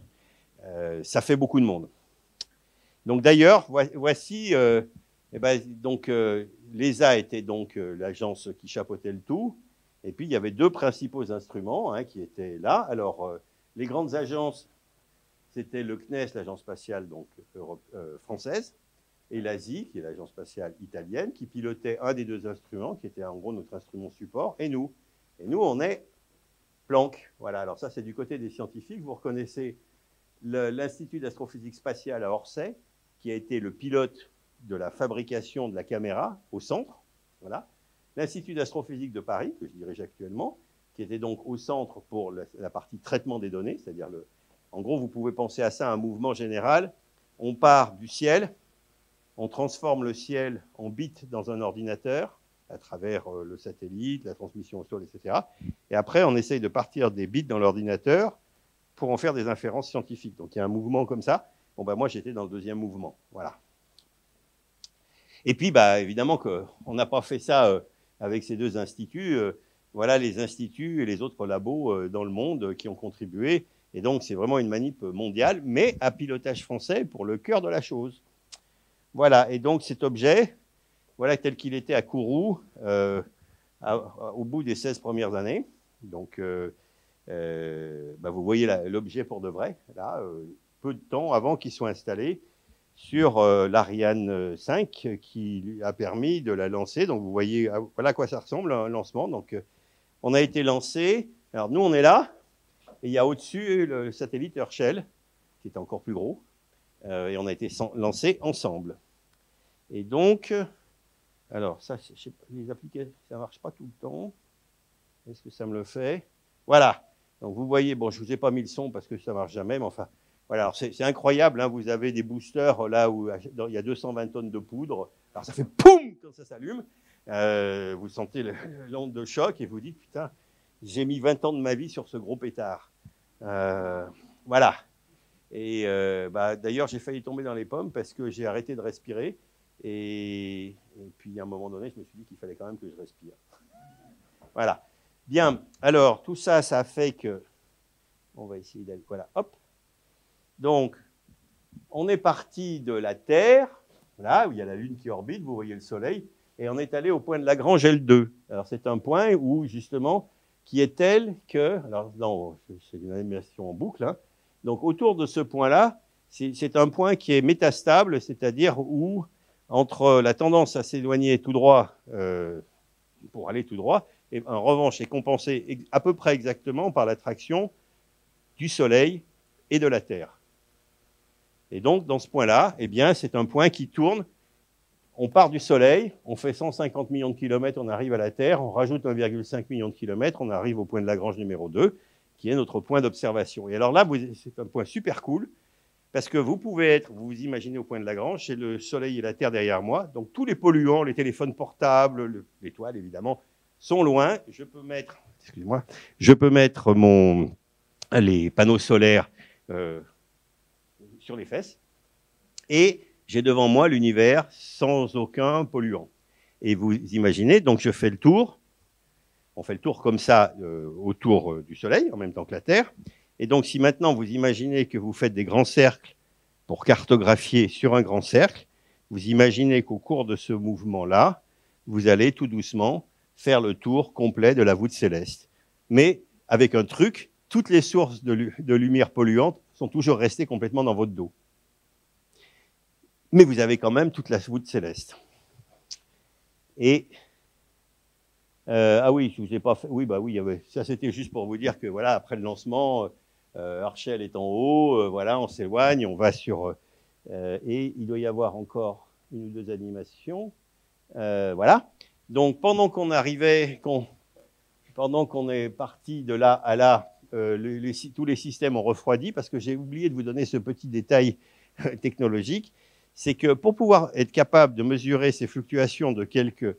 euh, ça fait beaucoup de monde. Donc d'ailleurs, voici, euh, eh ben, donc euh, l'E S A était donc euh, l'agence qui chapeautait le tout, et puis il y avait deux principaux instruments hein, qui étaient là. Alors euh, les grandes agences, c'était le C N E S, l'agence spatiale donc Europe, euh, française, et l'A S I, qui est l'agence spatiale italienne, qui pilotait un des deux instruments, qui était en gros notre instrument support, et nous. Et nous, on est Planck. Voilà. Alors ça, c'est du côté des scientifiques. Vous reconnaissez l'Institut d'astrophysique spatiale à Orsay, qui a été le pilote de la fabrication de la caméra au centre. Voilà. L'Institut d'astrophysique de Paris, que je dirige actuellement, qui était donc au centre pour la, la partie traitement des données, c'est-à-dire, le, en gros, vous pouvez penser à ça, un mouvement général. On part du ciel, on transforme le ciel en bits dans un ordinateur, à travers euh, le satellite, la transmission au sol, et cetera. Et après, on essaye de partir des bits dans l'ordinateur pour en faire des inférences scientifiques. Donc, il y a un mouvement comme ça. Bon, ben, moi, j'étais dans le deuxième mouvement. Voilà. Et puis, bah, évidemment qu'on n'a pas fait ça euh, avec ces deux instituts. Euh, voilà les instituts et les autres labos euh, dans le monde euh, qui ont contribué. Et donc, c'est vraiment une manip mondiale, mais à pilotage français pour le cœur de la chose. Voilà, et donc cet objet, voilà tel qu'il était à Kourou, euh, à, à, au bout des seize premières années. Donc, euh, euh, bah vous voyez l'objet pour de vrai, là, euh, peu de temps avant qu'il soit installé sur euh, l'Ariane cinq, qui lui a permis de la lancer. Donc, vous voyez, voilà à quoi ça ressemble, un lancement. Donc, euh, on a été lancé. Alors, nous, on est là. Et il y a au-dessus le satellite Herschel, qui est encore plus gros, euh, et on a été lancé ensemble. Et donc, alors ça, je sais pas, les applications, ça ne marche pas tout le temps. Est-ce que ça me le fait? Voilà. Donc vous voyez, bon, je ne vous ai pas mis le son parce que ça ne marche jamais, mais enfin, voilà. C'est incroyable, hein, vous avez des boosters là où il y a deux cent vingt tonnes de poudre. Alors ça fait poum quand ça s'allume. Euh, vous sentez l'onde de choc et vous dites, putain, j'ai mis vingt ans de ma vie sur ce gros pétard. Euh, voilà. Et euh, bah, d'ailleurs, j'ai failli tomber dans les pommes parce que j'ai arrêté de respirer. Et, et puis, à un moment donné, je me suis dit qu'il fallait quand même que je respire. Voilà. Bien. Alors, tout ça, ça fait que... On va essayer d'aller... Voilà. Hop. Donc, on est parti de la Terre, là, où il y a la Lune qui orbite, vous voyez le Soleil, et on est allé au point de Lagrange L deux. Alors, c'est un point où, justement... qui est telle que, alors non, c'est une animation en boucle, hein. Donc autour de ce point-là, c'est un point qui est métastable, c'est-à-dire où, entre la tendance à s'éloigner tout droit, euh, pour aller tout droit, et en revanche est compensé à peu près exactement par l'attraction du Soleil et de la Terre. Et donc, dans ce point-là, eh bien, c'est un point qui tourne. On part du Soleil, on fait cent cinquante millions de kilomètres, on arrive à la Terre, on rajoute un virgule cinq million de kilomètres, on arrive au point de Lagrange numéro deux, qui est notre point d'observation. Et alors là, c'est un point super cool, parce que vous pouvez être, vous vous imaginez au point de Lagrange, c'est le Soleil et la Terre derrière moi, donc tous les polluants, les téléphones portables, l'étoile évidemment, sont loin. Je peux mettre, excusez-moi, je peux mettre mon, les panneaux solaires euh, sur les fesses, et j'ai devant moi l'univers sans aucun polluant. Et vous imaginez, donc je fais le tour, on fait le tour comme ça euh, autour euh, du Soleil, en même temps que la Terre. Et donc si maintenant vous imaginez que vous faites des grands cercles pour cartographier sur un grand cercle, vous imaginez qu'au cours de ce mouvement-là, vous allez tout doucement faire le tour complet de la voûte céleste. Mais avec un truc, toutes les sources de, de lumière polluante sont toujours restées complètement dans votre dos. Mais vous avez quand même toute la voûte céleste. Et euh, ah oui, je vous ai pas fait. Oui, bah oui, ça c'était juste pour vous dire que voilà, après le lancement, euh, Herschel est en haut, euh, voilà, on s'éloigne, on va sur euh, et il doit y avoir encore une ou deux animations, euh, voilà. Donc pendant qu'on arrivait, qu'on, pendant qu'on est parti de là à là, euh, les, les, tous les systèmes ont refroidi parce que j'ai oublié de vous donner ce petit détail technologique. C'est que pour pouvoir être capable de mesurer ces fluctuations de quelques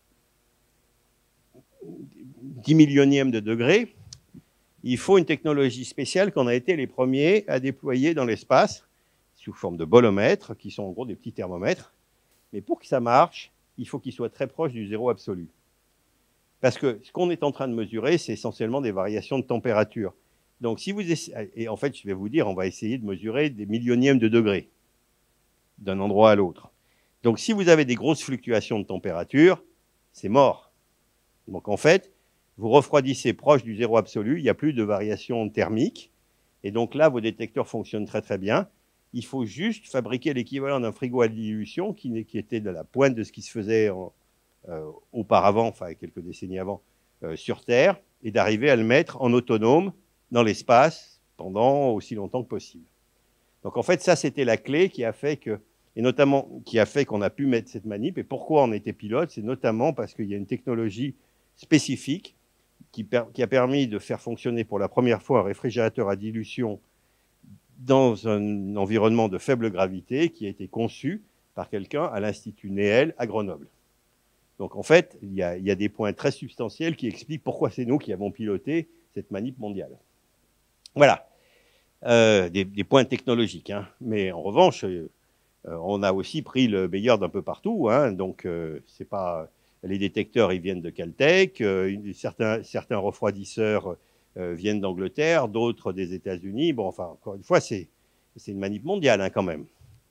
dix millionièmes de degré, il faut une technologie spéciale qu'on a été les premiers à déployer dans l'espace, sous forme de bolomètres, qui sont en gros des petits thermomètres. Mais pour que ça marche, il faut qu'ils soient très proches du zéro absolu. Parce que ce qu'on est en train de mesurer, c'est essentiellement des variations de température. Donc si vous essayez, et en fait, je vais vous dire, on va essayer de mesurer des millionièmes de degré d'un endroit à l'autre. Donc, si vous avez des grosses fluctuations de température, c'est mort. Donc, en fait, vous refroidissez proche du zéro absolu, il n'y a plus de variation thermique, et donc là, vos détecteurs fonctionnent très très bien. Il faut juste fabriquer l'équivalent d'un frigo à dilution qui, qui était de la pointe de ce qui se faisait en, euh, auparavant, enfin quelques décennies avant, euh, sur Terre, et d'arriver à le mettre en autonome dans l'espace pendant aussi longtemps que possible. Donc en fait, ça, c'était la clé qui a fait que, et notamment qui a fait qu'on a pu mettre cette manip. Et pourquoi on était pilote? C'est notamment parce qu'il y a une technologie spécifique qui, per, qui a permis de faire fonctionner pour la première fois un réfrigérateur à dilution dans un environnement de faible gravité qui a été conçu par quelqu'un à l'Institut Néel à Grenoble. Donc en fait, il y a, il y a des points très substantiels qui expliquent pourquoi c'est nous qui avons piloté cette manip mondiale. Voilà. Euh, des, des points technologiques, hein. Mais en revanche, euh, on a aussi pris le meilleur d'un peu partout, hein. Donc euh, c'est pas les détecteurs, ils viennent de Caltech, euh, certains, certains refroidisseurs euh, viennent d'Angleterre, d'autres des États-Unis. Bon, enfin, encore une fois, c'est une manip mondiale hein, quand même.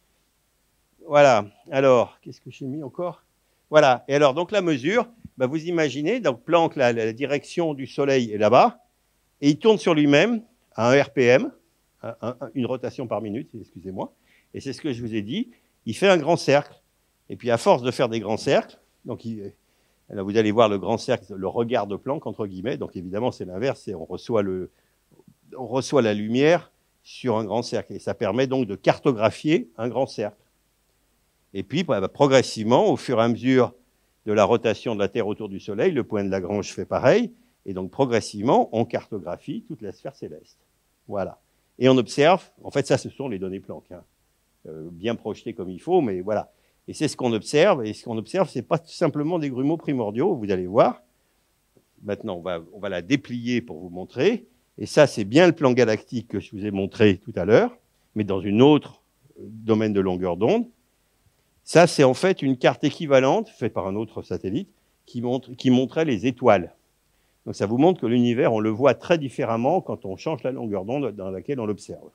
Voilà. Alors, qu'est-ce que j'ai mis encore? Voilà. Et alors, donc la mesure, bah, vous imaginez, donc Planck, la, la direction du Soleil est là-bas, et il tourne sur lui-même à un R P M, un, un, une rotation par minute, excusez-moi. Et c'est ce que je vous ai dit. Il fait un grand cercle. Et puis, à force de faire des grands cercles, donc il, là, vous allez voir le grand cercle, le regard de Planck, entre guillemets. Donc, évidemment, c'est l'inverse. On reçoit, le, on reçoit la lumière sur un grand cercle. Et ça permet donc de cartographier un grand cercle. Et puis, bah, progressivement, au fur et à mesure de la rotation de la Terre autour du Soleil, le point de Lagrange fait pareil. Et donc, progressivement, on cartographie toute la sphère céleste. Voilà. Et on observe, en fait, ça, ce sont les données Planck, hein, euh, bien projetées comme il faut, mais voilà. Et c'est ce qu'on observe. Et ce qu'on observe, ce n'est pas simplement des grumeaux primordiaux, vous allez voir. Maintenant, on va, on va la déplier pour vous montrer. Et ça, c'est bien le plan galactique que je vous ai montré tout à l'heure, mais dans une autre domaine de longueur d'onde. Ça, c'est en fait une carte équivalente, faite par un autre satellite, qui, montre, qui montrait les étoiles. Donc ça vous montre que l'univers, on le voit très différemment quand on change la longueur d'onde dans laquelle on l'observe.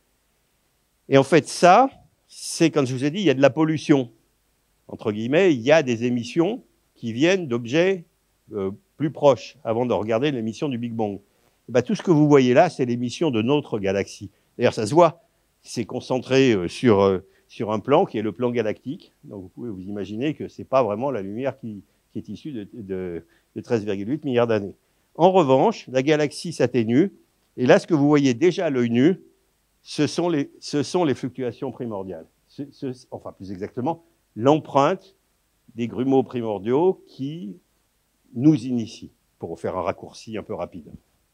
Et en fait, ça, c'est, comme je vous ai dit, il y a de la pollution. Entre guillemets, il y a des émissions qui viennent d'objets euh, plus proches, avant de regarder l'émission du Big Bang. Et bien, tout ce que vous voyez là, c'est l'émission de notre galaxie. D'ailleurs, ça se voit, c'est concentré euh, sur... Euh, sur un plan qui est le plan galactique. Donc vous pouvez vous imaginer que ce n'est pas vraiment la lumière qui, qui est issue de, de, de treize virgule huit milliards d'années. En revanche, la galaxie s'atténue, et là, ce que vous voyez déjà à l'œil nu, ce sont les, ce sont les fluctuations primordiales. Ce, ce, enfin, plus exactement, l'empreinte des grumeaux primordiaux qui nous initient, pour faire un raccourci un peu rapide.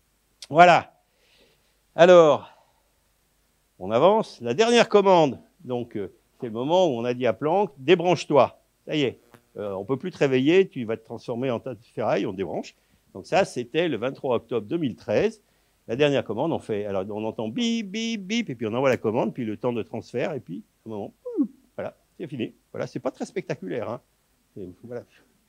Voilà. Alors, on avance. La dernière commande, donc, euh, c'est le moment où on a dit à Planck, débranche-toi. Ça y est, euh, on ne peut plus te réveiller, tu vas te transformer en tas de ferraille, on débranche. Donc ça, c'était le vingt-trois octobre deux mille treize. La dernière commande, on fait, alors on entend bip, bip, bip, et puis on envoie la commande, puis le temps de transfert, et puis, au moment, voilà, c'est fini. Voilà, c'est pas très spectaculaire. Hein. Voilà.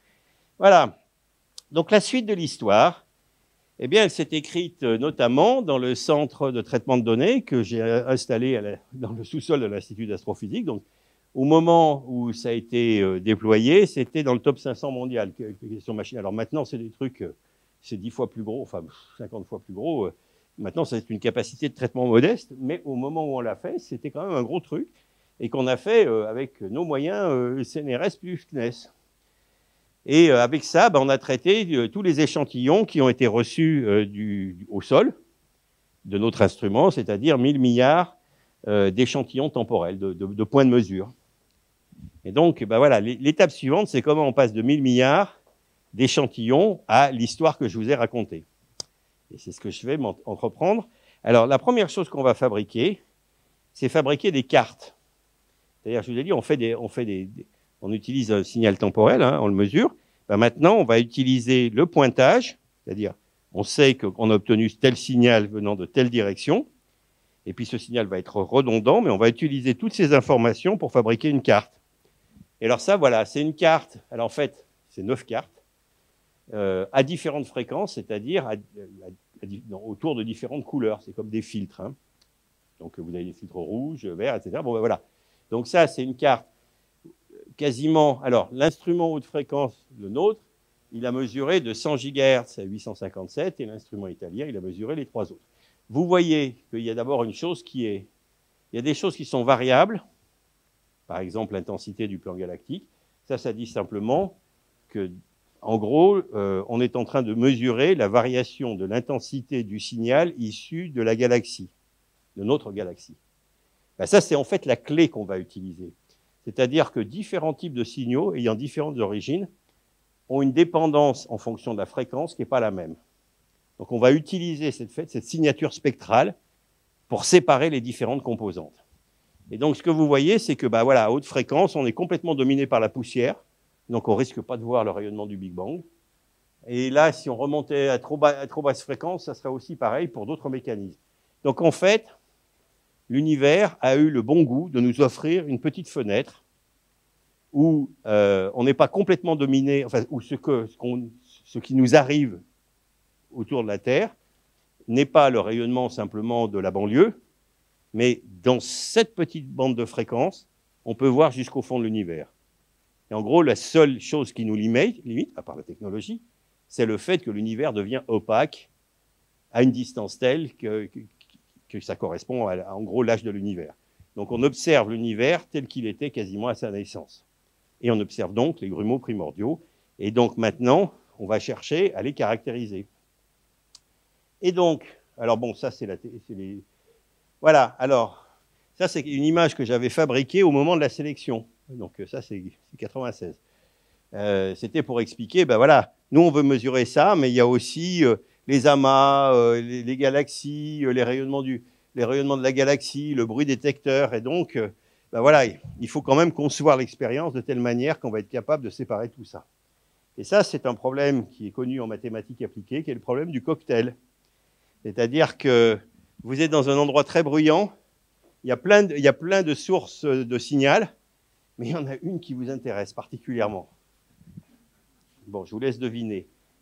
Voilà. Donc la suite de l'histoire, eh bien, elle s'est écrite notamment dans le centre de traitement de données que j'ai installé à la, dans le sous-sol de l'Institut d'astrophysique. Donc, au moment où ça a été euh, déployé, c'était dans le top cinq cents mondial, question machine. Alors maintenant, c'est des trucs, euh, c'est dix fois plus gros, enfin cinquante fois plus gros. Euh, maintenant, c'est une capacité de traitement modeste, mais au moment où on l'a fait, c'était quand même un gros truc, et qu'on a fait euh, avec nos moyens euh, C N R S plus C N E S. Et euh, avec ça, ben, on a traité euh, tous les échantillons qui ont été reçus euh, du, du, au sol de notre instrument, c'est-à-dire mille milliards euh, d'échantillons temporels, de, de, de points de mesure. Et donc, ben voilà, l'étape suivante, c'est comment on passe de mille milliards d'échantillons à l'histoire que je vous ai racontée. Et c'est ce que je vais entreprendre. Alors, la première chose qu'on va fabriquer, c'est fabriquer des cartes. C'est-à-dire, je vous ai dit, on fait des... On fait des, des on utilise un signal temporel, hein, on le mesure. Ben maintenant, on va utiliser le pointage, c'est-à-dire on sait qu'on a obtenu tel signal venant de telle direction, et puis ce signal va être redondant, mais on va utiliser toutes ces informations pour fabriquer une carte. Et alors ça, voilà, c'est une carte, alors en fait, c'est neuf cartes, euh, à différentes fréquences, c'est-à-dire à, à, à, autour de différentes couleurs, c'est comme des filtres. Hein. Donc vous avez des filtres rouges, verts, et cetera. Bon ben voilà. Donc ça, c'est une carte quasiment, alors l'instrument haute fréquence, le nôtre, il a mesuré de cent gigahertz à huit cent cinquante-sept, et l'instrument italien, il a mesuré les trois autres. Vous voyez qu'il y a d'abord une chose qui est, il y a des choses qui sont variables, par exemple l'intensité du plan galactique. Ça, ça dit simplement que, en gros, euh, on est en train de mesurer la variation de l'intensité du signal issu de la galaxie, de notre galaxie. Ben, ça, c'est en fait la clé qu'on va utiliser. C'est-à-dire que différents types de signaux ayant différentes origines ont une dépendance en fonction de la fréquence qui n'est pas la même. Donc on va utiliser cette, cette signature spectrale pour séparer les différentes composantes. Et donc ce que vous voyez, c'est que bah, voilà, à haute fréquence, on est complètement dominé par la poussière, donc on ne risque pas de voir le rayonnement du Big Bang. Et là, si on remontait à trop, bas, à trop basse fréquence, ça serait aussi pareil pour d'autres mécanismes. Donc en fait, l'univers a eu le bon goût de nous offrir une petite fenêtre où euh, on n'est pas complètement dominé, enfin, où ce, que, ce, qu'on, ce qui nous arrive autour de la Terre n'est pas le rayonnement simplement de la banlieue, mais dans cette petite bande de fréquences, on peut voir jusqu'au fond de l'univers. Et en gros, la seule chose qui nous limite, limite à part la technologie, c'est le fait que l'univers devient opaque à une distance telle que, que, que ça correspond à, en gros, l'âge de l'univers. Donc on observe l'univers tel qu'il était quasiment à sa naissance. Et on observe donc les grumeaux primordiaux. Et donc maintenant, on va chercher à les caractériser. Et donc, alors bon, ça c'est la... Les... Voilà, alors, ça c'est une image que j'avais fabriquée au moment de la sélection. Donc ça c'est quatre-vingt-seize. Euh, C'était pour expliquer, ben voilà, nous on veut mesurer ça, mais il y a aussi euh, les amas, euh, les, les galaxies, euh, les, rayonnements du, les rayonnements de la galaxie, le bruit détecteur, et donc, euh, ben voilà, il faut quand même concevoir l'expérience de telle manière qu'on va être capable de séparer tout ça. Et ça, c'est un problème qui est connu en mathématiques appliquées, qui est le problème du cocktail. C'est-à-dire que vous êtes dans un endroit très bruyant, il y a plein de, il y a plein de sources de signal, mais il y en a une qui vous intéresse particulièrement. Bon, je vous laisse deviner.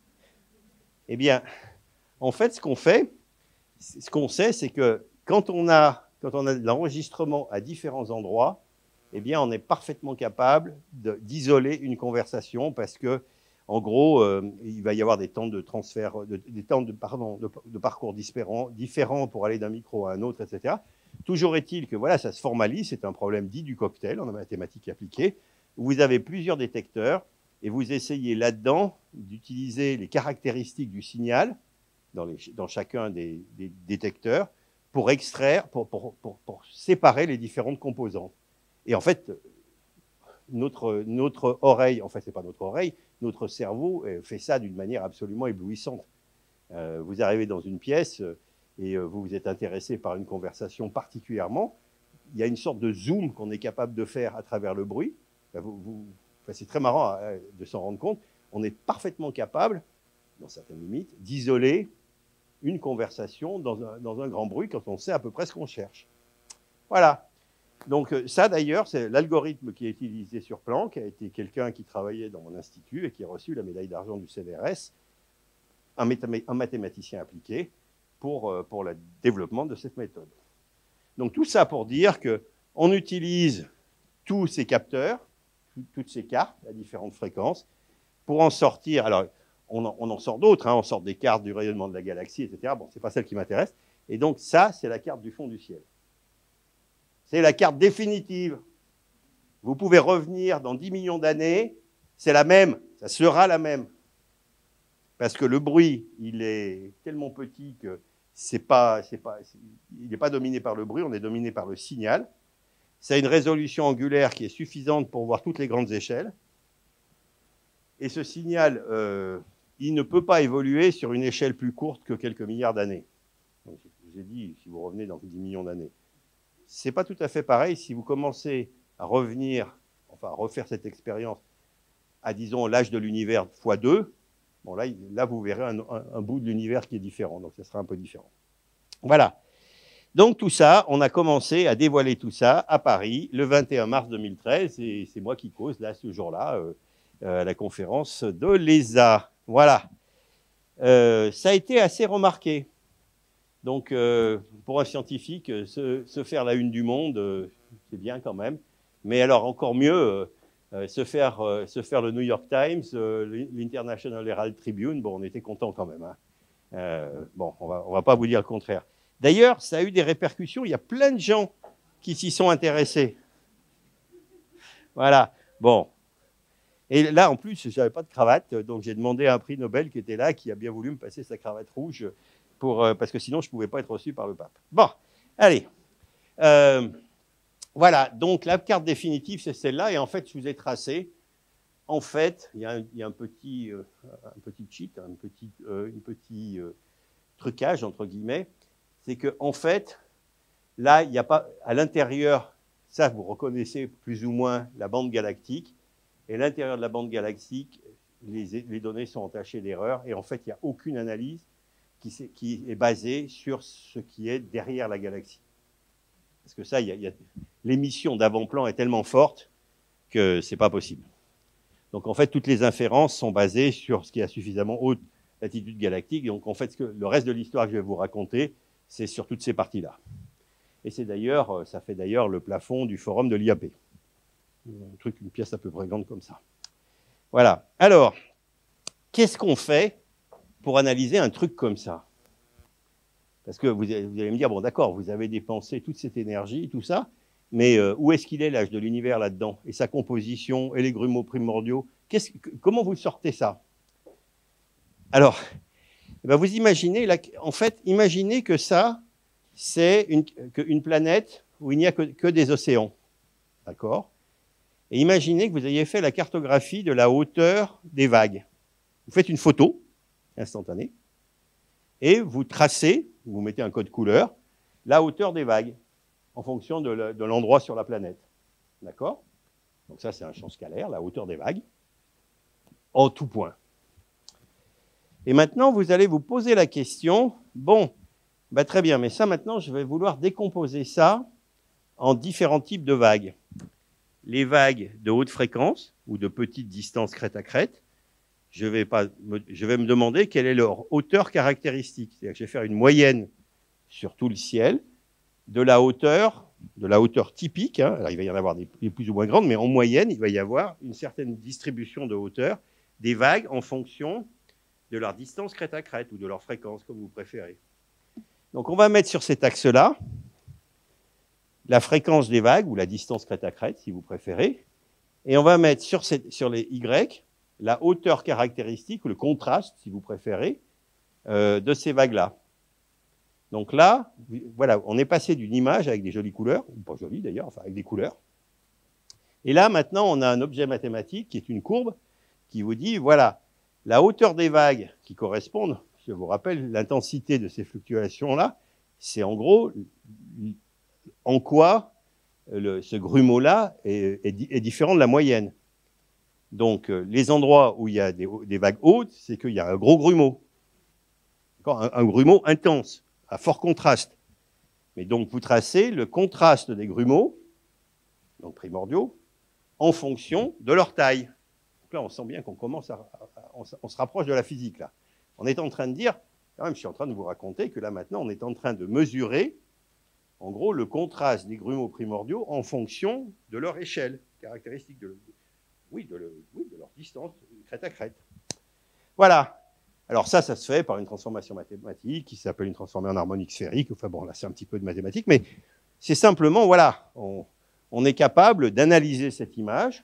Eh bien, en fait, ce qu'on fait, ce qu'on sait, c'est que quand on a, quand on a de l'enregistrement à différents endroits, eh bien, on est parfaitement capable d'isoler une conversation parce que, en gros, euh, il va y avoir des temps de transfert, de, des temps de, pardon, de, de parcours différents, différents pour aller d'un micro à un autre, et cetera. Toujours est-il que, voilà, ça se formalise, c'est un problème dit du cocktail en mathématiques appliquées, où vous avez plusieurs détecteurs, et vous essayez là-dedans d'utiliser les caractéristiques du signal dans, les, dans chacun des, des détecteurs pour extraire, pour, pour, pour, pour séparer les différentes composantes. Et en fait, notre, notre oreille, en fait, ce n'est pas notre oreille, notre cerveau fait ça d'une manière absolument éblouissante. Euh, vous arrivez dans une pièce et vous vous êtes intéressé par une conversation particulièrement, il y a une sorte de zoom qu'on est capable de faire à travers le bruit. Vous, vous, Enfin, c'est très marrant hein, de s'en rendre compte. On est parfaitement capable, dans certaines limites, d'isoler une conversation dans un, dans un grand bruit quand on sait à peu près ce qu'on cherche. Voilà. Donc ça, d'ailleurs, c'est l'algorithme qui est utilisé sur Planck, qui a été quelqu'un qui travaillait dans mon institut et qui a reçu la médaille d'argent du C N R S, un, un mathématicien appliqué, pour, pour le développement de cette méthode. Donc tout ça pour dire qu'on utilise tous ces capteurs, toutes ces cartes à différentes fréquences, pour en sortir. Alors, on en, on en sort d'autres, hein, on sort des cartes du rayonnement de la galaxie, et cetera. Bon, ce n'est pas celle qui m'intéresse. Et donc, ça, c'est la carte du fond du ciel. C'est la carte définitive. Vous pouvez revenir dans dix millions d'années, c'est la même, ça sera la même. Parce que le bruit, il est tellement petit que c'est pas, c'est pas, il n'est pas dominé par le bruit, on est dominé par le signal. C'est une résolution angulaire qui est suffisante pour voir toutes les grandes échelles. Et ce signal, euh, il ne peut pas évoluer sur une échelle plus courte que quelques milliards d'années. Je vous ai dit, si vous revenez dans dix millions d'années. Ce n'est pas tout à fait pareil si vous commencez à revenir, enfin à refaire cette expérience à, disons, l'âge de l'univers fois deux. Bon, là, là, vous verrez un, un, un bout de l'univers qui est différent, donc ça sera un peu différent. Voilà. Donc tout ça, on a commencé à dévoiler tout ça à Paris le vingt et un mars deux mille treize, et c'est moi qui cause là ce jour-là euh, à la conférence de l'E S A. Voilà. Euh, ça a été assez remarqué. Donc euh, pour un scientifique, se, se faire la une du monde, euh, c'est bien quand même. Mais alors encore mieux, euh, se, faire, euh, se faire le New York Times, euh, l'International Herald Tribune, bon, on était contents quand même. Hein. Euh, bon, on va, on va pas vous dire le contraire. D'ailleurs, ça a eu des répercussions. Il y a plein de gens qui s'y sont intéressés. Voilà. Bon. Et là, en plus, je n'avais pas de cravate, donc j'ai demandé à un prix Nobel qui était là, qui a bien voulu me passer sa cravate rouge, pour, euh, parce que sinon, je ne pouvais pas être reçu par le pape. Bon, allez. Euh, voilà. Donc, la carte définitive, c'est celle-là. Et en fait, je vous ai tracé. En fait, il y a un, il y a un, petit, euh, un petit cheat, un petit, euh, un petit euh, trucage, entre guillemets. C'est qu'en en fait, là, il n'y a pas, à l'intérieur, ça, vous reconnaissez plus ou moins la bande galactique, et à l'intérieur de la bande galactique, les, les données sont entachées d'erreurs, et en fait, il n'y a aucune analyse qui, qui est basée sur ce qui est derrière la galaxie. Parce que ça, il y a, il y a, l'émission d'avant-plan est tellement forte que ce n'est pas possible. Donc, en fait, toutes les inférences sont basées sur ce qui est suffisamment haut latitude galactique. Donc en fait, ce que, le reste de l'histoire que je vais vous raconter, c'est sur toutes ces parties-là. Et c'est d'ailleurs, ça fait d'ailleurs le plafond du forum de l'I A P. Un truc, une pièce à peu près grande comme ça. Voilà. Alors, qu'est-ce qu'on fait pour analyser un truc comme ça? Parce que vous allez, vous allez me dire, bon d'accord, vous avez dépensé toute cette énergie, tout ça, mais euh, où est-ce qu'il est l'âge de l'univers là-dedans? Et sa composition, et les grumeaux primordiaux, qu'est-ce, comment vous sortez ça? Alors, eh ben vous imaginez, là, en fait, imaginez que ça, c'est une, que une planète où il n'y a que, que des océans. D'accord? Et imaginez que vous ayez fait la cartographie de la hauteur des vagues. Vous faites une photo instantanée et vous tracez, vous mettez un code couleur, la hauteur des vagues en fonction de l'endroit sur la planète. D'accord? Donc ça, c'est un champ scalaire, la hauteur des vagues, en tout point. Et maintenant, vous allez vous poser la question, bon, bah très bien, mais ça maintenant, je vais vouloir décomposer ça en différents types de vagues. Les vagues de haute fréquence ou de petite distance crête à crête, je vais, pas me, je vais me demander quelle est leur hauteur caractéristique. C'est-à-dire que je vais faire une moyenne sur tout le ciel de la hauteur, de la hauteur typique. Hein. Alors, il va y en avoir des, des plus ou moins grandes, mais en moyenne, il va y avoir une certaine distribution de hauteur des vagues en fonction de leur distance crête à crête ou de leur fréquence, comme vous préférez. Donc, on va mettre sur cet axe-là la fréquence des vagues, ou la distance crête à crête, si vous préférez, et on va mettre sur, cette, sur les Y la hauteur caractéristique, ou le contraste, si vous préférez, euh, de ces vagues-là. Donc là, voilà, on est passé d'une image avec des jolies couleurs, ou pas jolies d'ailleurs, enfin avec des couleurs, et là, maintenant, on a un objet mathématique qui est une courbe qui vous dit, voilà, la hauteur des vagues qui correspondent, je vous rappelle, l'intensité de ces fluctuations-là, c'est en gros en quoi le, ce grumeau-là est, est, est différent de la moyenne. Donc, euh, les endroits où il y a des, des vagues hautes, c'est qu'il y a un gros grumeau. Un, un grumeau intense, à fort contraste. Mais donc, vous tracez le contraste des grumeaux, donc primordiaux, en fonction de leur taille. Donc là, on sent bien qu'on commence à, à, à on, on se rapproche de la physique, là. On est en train de dire, quand même, je suis en train de vous raconter que là, maintenant, on est en train de mesurer, en gros, le contraste des grumeaux primordiaux en fonction de leur échelle caractéristique, de, oui, de, le, oui, de leur distance crête à crête. Voilà. Alors ça, ça se fait par une transformation mathématique qui s'appelle une transformée en harmonique sphérique. Enfin bon, là, c'est un petit peu de mathématiques, mais c'est simplement, voilà, on, on est capable d'analyser cette image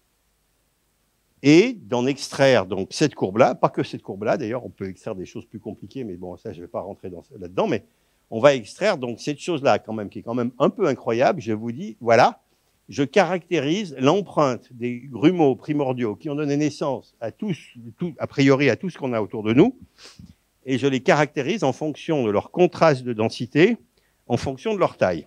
et d'en extraire donc cette courbe-là, pas que cette courbe-là, d'ailleurs, on peut extraire des choses plus compliquées, mais bon, ça, je ne vais pas rentrer là-dedans, mais on va extraire donc cette chose-là, quand même, qui est quand même un peu incroyable. Je vous dis, voilà, je caractérise l'empreinte des grumeaux primordiaux qui ont donné naissance à tous, tout, a priori à tout ce qu'on a autour de nous, et je les caractérise en fonction de leur contraste de densité, en fonction de leur taille.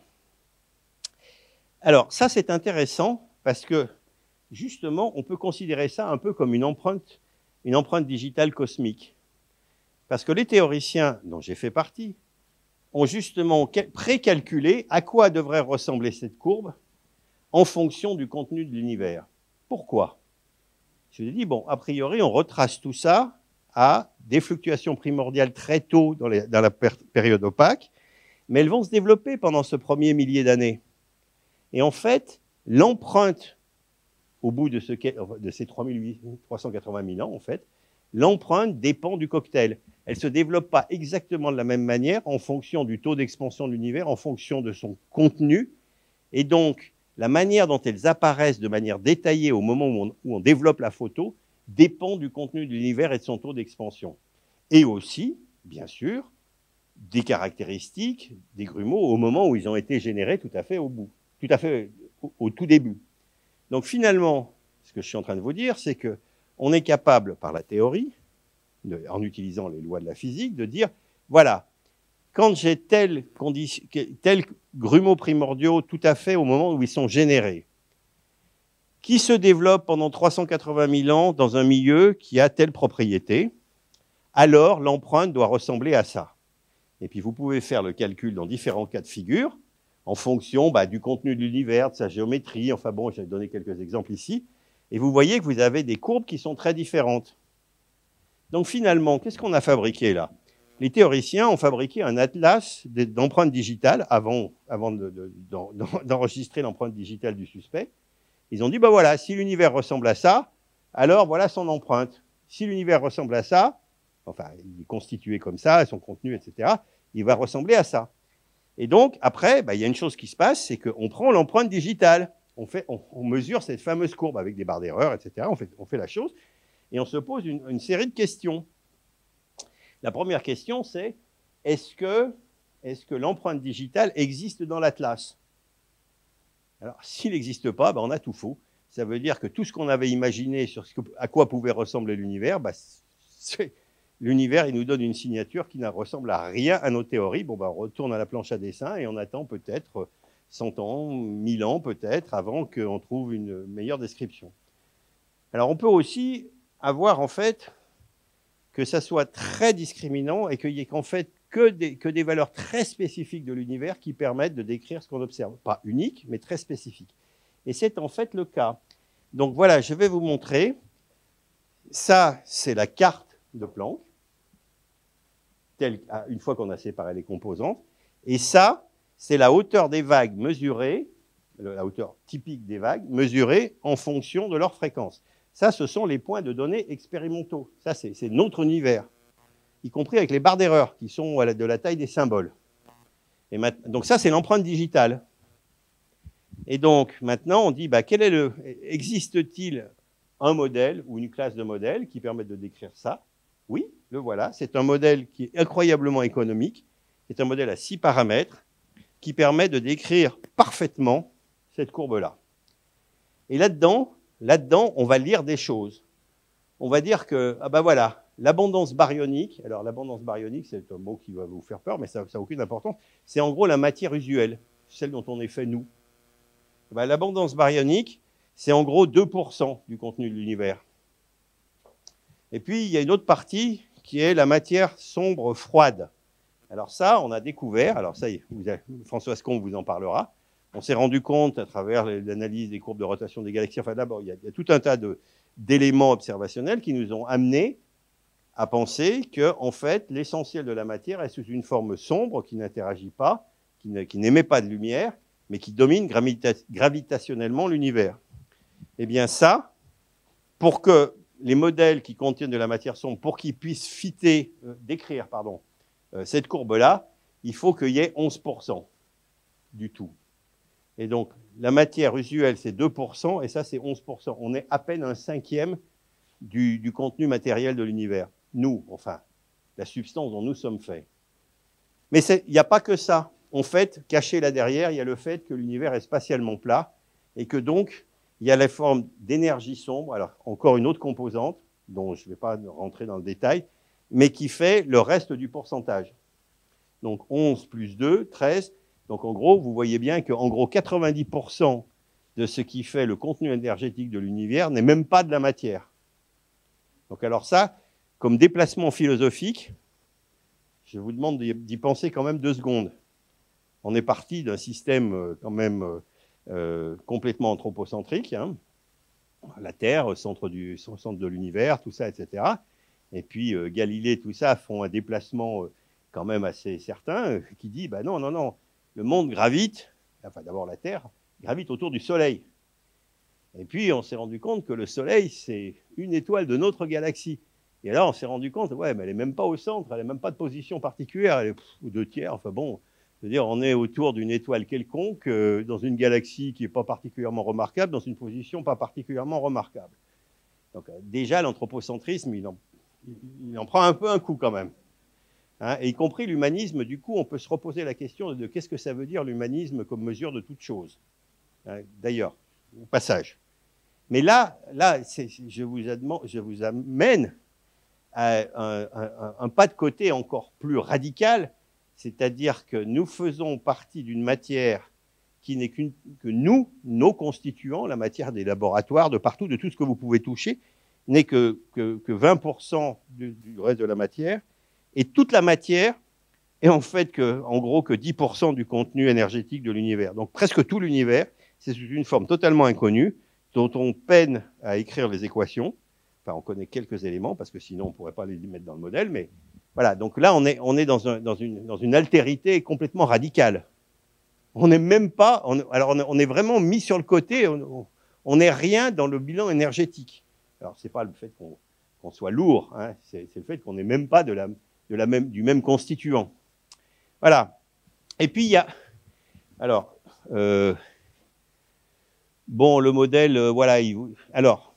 Alors, ça, c'est intéressant parce que, justement, on peut considérer ça un peu comme une empreinte, une empreinte digitale cosmique. Parce que les théoriciens, dont j'ai fait partie, ont justement précalculé à quoi devrait ressembler cette courbe en fonction du contenu de l'univers. Pourquoi? Je vous ai dit, bon, a priori, on retrace tout ça à des fluctuations primordiales très tôt dans, les, dans la période opaque, mais elles vont se développer pendant ce premier millier d'années. Et en fait, l'empreinte, au bout de, ce, de ces trois cent quatre-vingt mille ans, en fait, l'empreinte dépend du cocktail. Elle ne se développe pas exactement de la même manière en fonction du taux d'expansion de l'univers, en fonction de son contenu. Et donc, la manière dont elles apparaissent de manière détaillée au moment où on, où on développe la photo dépend du contenu de l'univers et de son taux d'expansion. Et aussi, bien sûr, des caractéristiques des grumeaux au moment où ils ont été générés tout à fait au bout, tout à fait au, au tout début. Donc finalement, ce que je suis en train de vous dire, c'est que on est capable, par la théorie, de, en utilisant les lois de la physique, de dire, voilà, quand j'ai tel, tel grumeaux primordiaux tout à fait au moment où ils sont générés, qui se développent pendant trois cent quatre-vingt mille ans dans un milieu qui a telle propriété, alors l'empreinte doit ressembler à ça. Et puis vous pouvez faire le calcul dans différents cas de figure, en fonction bah, du contenu de l'univers, de sa géométrie, enfin bon, j'ai donné quelques exemples ici, et vous voyez que vous avez des courbes qui sont très différentes. Donc finalement, qu'est-ce qu'on a fabriqué là? Les théoriciens ont fabriqué un atlas d'empreintes digitales avant, avant de, de, d'enregistrer l'empreinte digitale du suspect. Ils ont dit, ben voilà, si l'univers ressemble à ça, alors voilà son empreinte. Si l'univers ressemble à ça, enfin, il est constitué comme ça, son contenu, et cetera, il va ressembler à ça. Et donc, après, ben, il y a une chose qui se passe, c'est qu'on prend l'empreinte digitale, on, fait, on, on mesure cette fameuse courbe avec des barres d'erreur, et cetera, on fait, on fait la chose, et on se pose une, une série de questions. La première question, c'est est-ce que, est-ce que l'empreinte digitale existe dans l'atlas? Alors, s'il n'existe pas, ben, on a tout faux. Ça veut dire que tout ce qu'on avait imaginé sur ce que, à quoi pouvait ressembler l'univers, ben, l'univers, il nous donne une signature qui ne ressemble à rien à nos théories. Bon, ben, on retourne à la planche à dessin et on attend peut-être cent ans, mille ans peut-être, avant qu'on trouve une meilleure description. Alors, on peut aussi avoir, en fait, que ça soit très discriminant et qu'il n'y ait qu'en fait que des, que des valeurs très spécifiques de l'univers qui permettent de décrire ce qu'on observe. Pas unique, mais très spécifique. Et c'est en fait le cas. Donc voilà, je vais vous montrer. Ça, c'est la carte de Planck, telle, une fois qu'on a séparé les composantes. Et ça, c'est la hauteur des vagues mesurée, la hauteur typique des vagues, mesurée en fonction de leur fréquence. Ça, ce sont les points de données expérimentaux. Ça, c'est notre univers, y compris avec les barres d'erreur qui sont de la taille des symboles. Et donc ça, c'est l'empreinte digitale. Et donc, maintenant, on dit, bah, quel est le, existe-t-il un modèle ou une classe de modèles qui permettent de décrire ça? Oui, le voilà. C'est un modèle qui est incroyablement économique. C'est un modèle à six paramètres qui permet de décrire parfaitement cette courbe-là. Et là-dedans, Là-dedans, on va lire des choses. On va dire que, ah ben voilà, l'abondance baryonique, alors l'abondance baryonique, c'est un mot qui va vous faire peur, mais ça n'a aucune importance, c'est en gros la matière usuelle, celle dont on est fait nous. Ben, l'abondance baryonique, c'est en gros deux pour cent du contenu de l'univers. Et puis, il y a une autre partie qui est la matière sombre froide. Alors ça, on a découvert, alors ça, vous avez, Françoise Combe vous en parlera, on s'est rendu compte à travers l'analyse des courbes de rotation des galaxies, enfin d'abord, il, il y a tout un tas d'éléments observationnels qui nous ont amenés à penser que, en fait, l'essentiel de la matière est sous une forme sombre qui n'interagit pas, qui n'émet pas de lumière, mais qui domine gravita gravitationnellement l'univers. Eh bien ça, pour que les modèles qui contiennent de la matière sombre, pour qu'ils puissent fitter, euh, décrire pardon, euh, cette courbe-là, il faut qu'il y ait onze pour cent du tout. Et donc, la matière usuelle, c'est deux pour cent, et ça, c'est onze pour cent. On est à peine un cinquième du, du contenu matériel de l'univers. Nous, enfin, la substance dont nous sommes faits. Mais il n'y a pas que ça. En fait, caché là derrière, il y a le fait que l'univers est spatialement plat, et que donc, il y a la forme d'énergie sombre, alors encore une autre composante, dont je ne vais pas rentrer dans le détail, mais qui fait le reste du pourcentage. Donc, onze plus deux, treize. Donc, en gros, vous voyez bien qu'en gros, quatre-vingt-dix pour cent de ce qui fait le contenu énergétique de l'univers n'est même pas de la matière. Donc, alors ça, comme déplacement philosophique, je vous demande d'y penser quand même deux secondes. On est parti d'un système quand même euh, complètement anthropocentrique, hein. La Terre, centre, du, centre de l'univers, tout ça, et cetera. Et puis, euh, Galilée, tout ça, font un déplacement euh, quand même assez certain, euh, qui dit, bah non, non, non, le monde gravite, enfin d'abord la Terre, gravite autour du Soleil. Et puis on s'est rendu compte que le Soleil, c'est une étoile de notre galaxie. Et là, on s'est rendu compte, ouais, mais elle n'est même pas au centre, elle n'a même pas de position particulière, elle est aux deux tiers, enfin bon, c'est-à-dire on est autour d'une étoile quelconque, euh, dans une galaxie qui n'est pas particulièrement remarquable, dans une position pas particulièrement remarquable. Donc euh, déjà, l'anthropocentrisme, il en, il en prend un peu un coup quand même. Hein, et y compris l'humanisme, du coup, on peut se reposer la question de qu'est-ce que ça veut dire l'humanisme comme mesure de toute chose. Hein, d'ailleurs, au passage. Mais là, là je, vous je vous amène à un, un, un pas de côté encore plus radical, c'est-à-dire que nous faisons partie d'une matière qui n'est qu'une que nous, nos constituants, la matière des laboratoires, de partout, de tout ce que vous pouvez toucher, n'est que, que, que vingt pour cent du, du reste de la matière. Et toute la matière est en fait, que, en gros, que dix pour cent du contenu énergétique de l'univers. Donc presque tout l'univers, c'est sous une forme totalement inconnue, dont on peine à écrire les équations. Enfin, on connaît quelques éléments, parce que sinon, on ne pourrait pas les mettre dans le modèle. Mais voilà, donc là, on est, on est dans, un, dans, une, dans une altérité complètement radicale. On n'est même pas... On, alors, on, on est vraiment mis sur le côté. On n'est rien dans le bilan énergétique. Alors, ce n'est pas le fait qu'on qu'on soit lourd, hein, c'est le fait qu'on n'est même pas de la, de la même, du même constituant. Voilà. Et puis, il y a... Alors, euh, bon, le modèle, euh, voilà. Il, alors,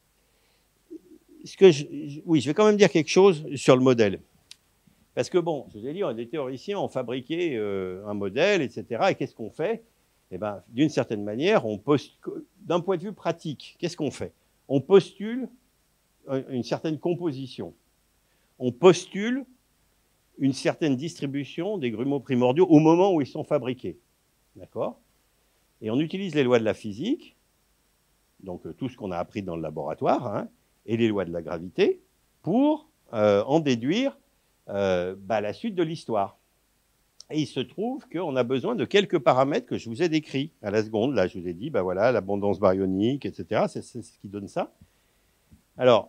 ce que je, oui, je vais quand même dire quelque chose sur le modèle. Parce que, bon, je vous ai dit, les théoriciens ont fabriqué euh, un modèle, et cetera. Et qu'est-ce qu'on fait? Eh bien, d'une certaine manière, on postule, d'un point de vue pratique, qu'est-ce qu'on fait? On postule une certaine composition. On postule une certaine distribution des grumeaux primordiaux au moment où ils sont fabriqués. D'accord? Et on utilise les lois de la physique, donc tout ce qu'on a appris dans le laboratoire, hein, et les lois de la gravité, pour euh, en déduire euh, bah, la suite de l'histoire. Et il se trouve qu'on a besoin de quelques paramètres que je vous ai décrits à la seconde. Là, je vous ai dit, bah, voilà, l'abondance baryonique, et cetera. C'est ce qui donne ça. Alors,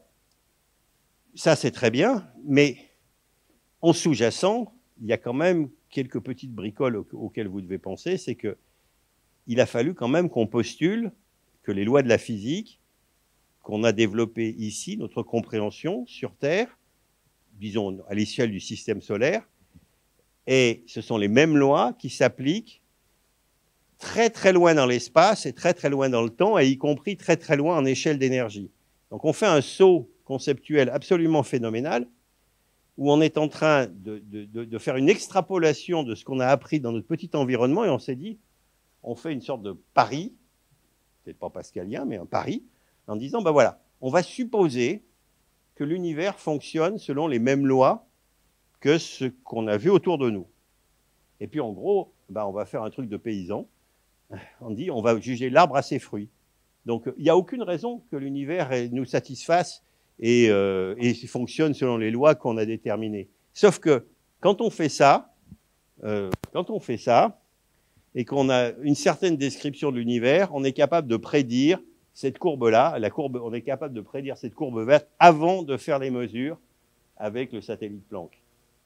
ça, c'est très bien, mais en sous-jacent, il y a quand même quelques petites bricoles auxquelles vous devez penser. C'est qu'il a fallu quand même qu'on postule que les lois de la physique qu'on a développées ici, notre compréhension sur Terre, disons à l'échelle du système solaire, et ce sont les mêmes lois qui s'appliquent très très loin dans l'espace et très très loin dans le temps, et y compris très très loin en échelle d'énergie. Donc on fait un saut conceptuel absolument phénoménal, où on est en train de, de, de, de faire une extrapolation de ce qu'on a appris dans notre petit environnement, et on s'est dit, on fait une sorte de pari, peut-être pas pascalien, mais un pari, en disant, ben voilà, on va supposer que l'univers fonctionne selon les mêmes lois que ce qu'on a vu autour de nous. Et puis en gros, ben on va faire un truc de paysan, on dit, on va juger l'arbre à ses fruits. Donc il n'y a aucune raison que l'univers nous satisfasse et, euh, et fonctionne selon les lois qu'on a déterminées. Sauf que quand on fait ça, euh, quand on fait ça, et qu'on a une certaine description de l'univers, on est capable de prédire cette courbe-là, la courbe, on est capable de prédire cette courbe verte avant de faire les mesures avec le satellite Planck.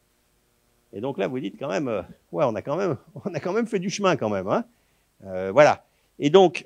Et donc là, vous dites quand même, euh, ouais, on a quand même, on a quand même fait du chemin quand même, hein. Euh, voilà. Et donc,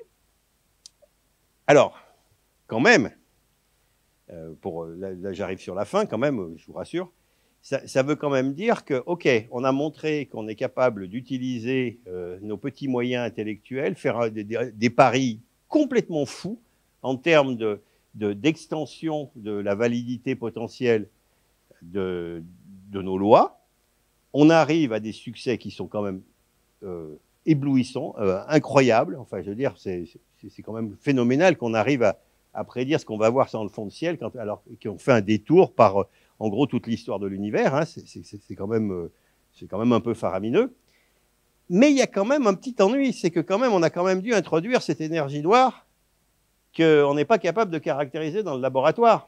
alors, quand même, euh, pour là, là j'arrive sur la fin, quand même, je vous rassure. Ça, ça veut quand même dire que, ok, on a montré qu'on est capable d'utiliser euh, nos petits moyens intellectuels, faire des, des, des paris complètement fous en termes de, de, d'extension de la validité potentielle de, de nos lois. On arrive à des succès qui sont quand même euh, éblouissants, euh, incroyables. Enfin, je veux dire, c'est quand même phénoménal qu'on arrive à, à prédire ce qu'on va voir sur le fond de ciel, quand, alors qu'on fait un détour par... en gros, toute l'histoire de l'univers, hein, c'est quand même, euh, c'est quand même un peu faramineux. Mais il y a quand même un petit ennui, c'est que quand même, on a quand même dû introduire cette énergie noire qu'on n'est pas capable de caractériser dans le laboratoire.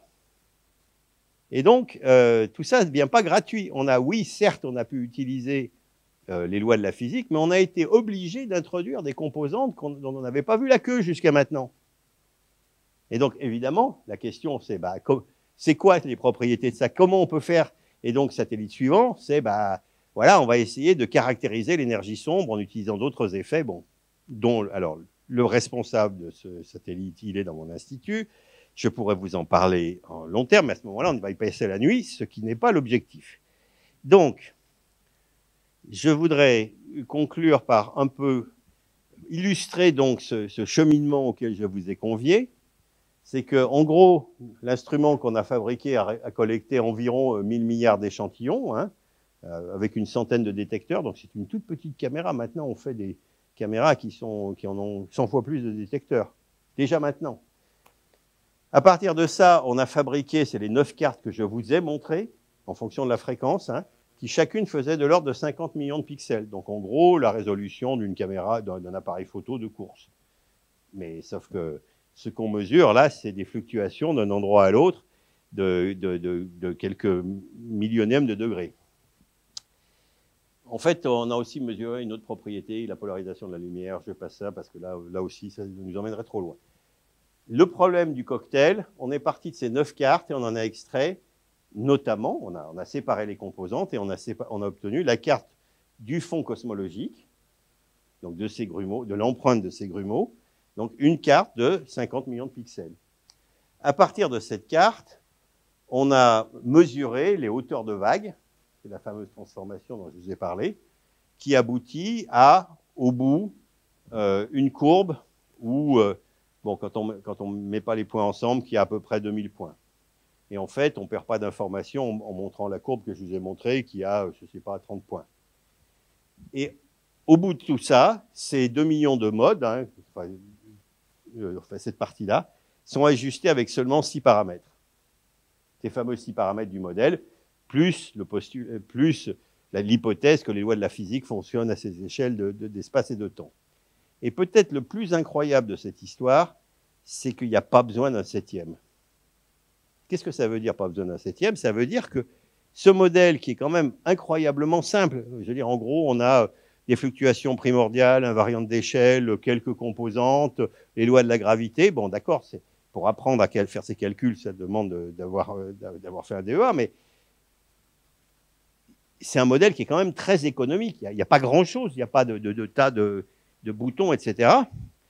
Et donc, euh, tout ça ne devient pas gratuit. On a, oui, certes, on a pu utiliser euh, les lois de la physique, mais on a été obligé d'introduire des composantes dont on n'avait pas vu la queue jusqu'à maintenant. Et donc, évidemment, la question, c'est... Bah, c'est quoi les propriétés de ça? Comment on peut faire? Et donc, satellite suivant, c'est, bah, voilà, on va essayer de caractériser l'énergie sombre en utilisant d'autres effets, bon, dont, alors, le responsable de ce satellite, il est dans mon institut. Je pourrais vous en parler en long terme, mais à ce moment-là, on va y passer la nuit, ce qui n'est pas l'objectif. Donc, je voudrais conclure par un peu illustrer donc ce, ce cheminement auquel je vous ai convié. C'est qu'en gros, l'instrument qu'on a fabriqué a, a collecté environ mille milliards d'échantillons, hein, euh, avec une centaine de détecteurs. Donc c'est une toute petite caméra. Maintenant, on fait des caméras qui, sont, qui en ont cent fois plus de détecteurs. Déjà maintenant. À partir de ça, on a fabriqué, c'est les neuf cartes que je vous ai montrées, en fonction de la fréquence, hein, qui chacune faisait de l'ordre de cinquante millions de pixels. Donc en gros, la résolution d'une caméra, d'un appareil photo de course. Mais sauf que ce qu'on mesure là, c'est des fluctuations d'un endroit à l'autre de, de, de, de quelques millionièmes de degrés. En fait, on a aussi mesuré une autre propriété, la polarisation de la lumière. Je passe ça parce que là, là aussi, ça nous emmènerait trop loin. Le problème du cocktail, on est parti de ces neuf cartes et on en a extrait, notamment, on a, on a séparé les composantes et on a, on a obtenu la carte du fond cosmologique, donc de ces grumeaux, de l'empreinte de ces grumeaux, donc une carte de cinquante millions de pixels. À partir de cette carte, on a mesuré les hauteurs de vagues, c'est la fameuse transformation dont je vous ai parlé, qui aboutit à, au bout, euh, une courbe où, euh, bon, quand on quand on met pas les points ensemble, qui a à peu près deux mille points. Et en fait, on ne perd pas d'informations en, en montrant la courbe que je vous ai montrée, qui a, je ne sais pas, trente points. Et au bout de tout ça, ces deux millions de modes, hein, enfin, euh, enfin, cette partie-là, sont ajustés avec seulement six paramètres. Ces fameux six paramètres du modèle, plus le postu- plus l'hypothèse que les lois de la physique fonctionnent à ces échelles de, de, d'espace et de temps. Et peut-être le plus incroyable de cette histoire, c'est qu'il n'y a pas besoin d'un septième. Qu'est-ce que ça veut dire, pas besoin d'un septième? Ça veut dire que ce modèle, qui est quand même incroyablement simple, je veux dire, en gros, on a des fluctuations primordiales, invariantes d'échelle, quelques composantes, les lois de la gravité. Bon, d'accord, c'est pour apprendre à faire ces calculs, ça demande d'avoir d'avoir fait un D E A, mais c'est un modèle qui est quand même très économique. Il n'y a, a pas grand-chose, il n'y a pas de, de, de tas de, de boutons, et cetera.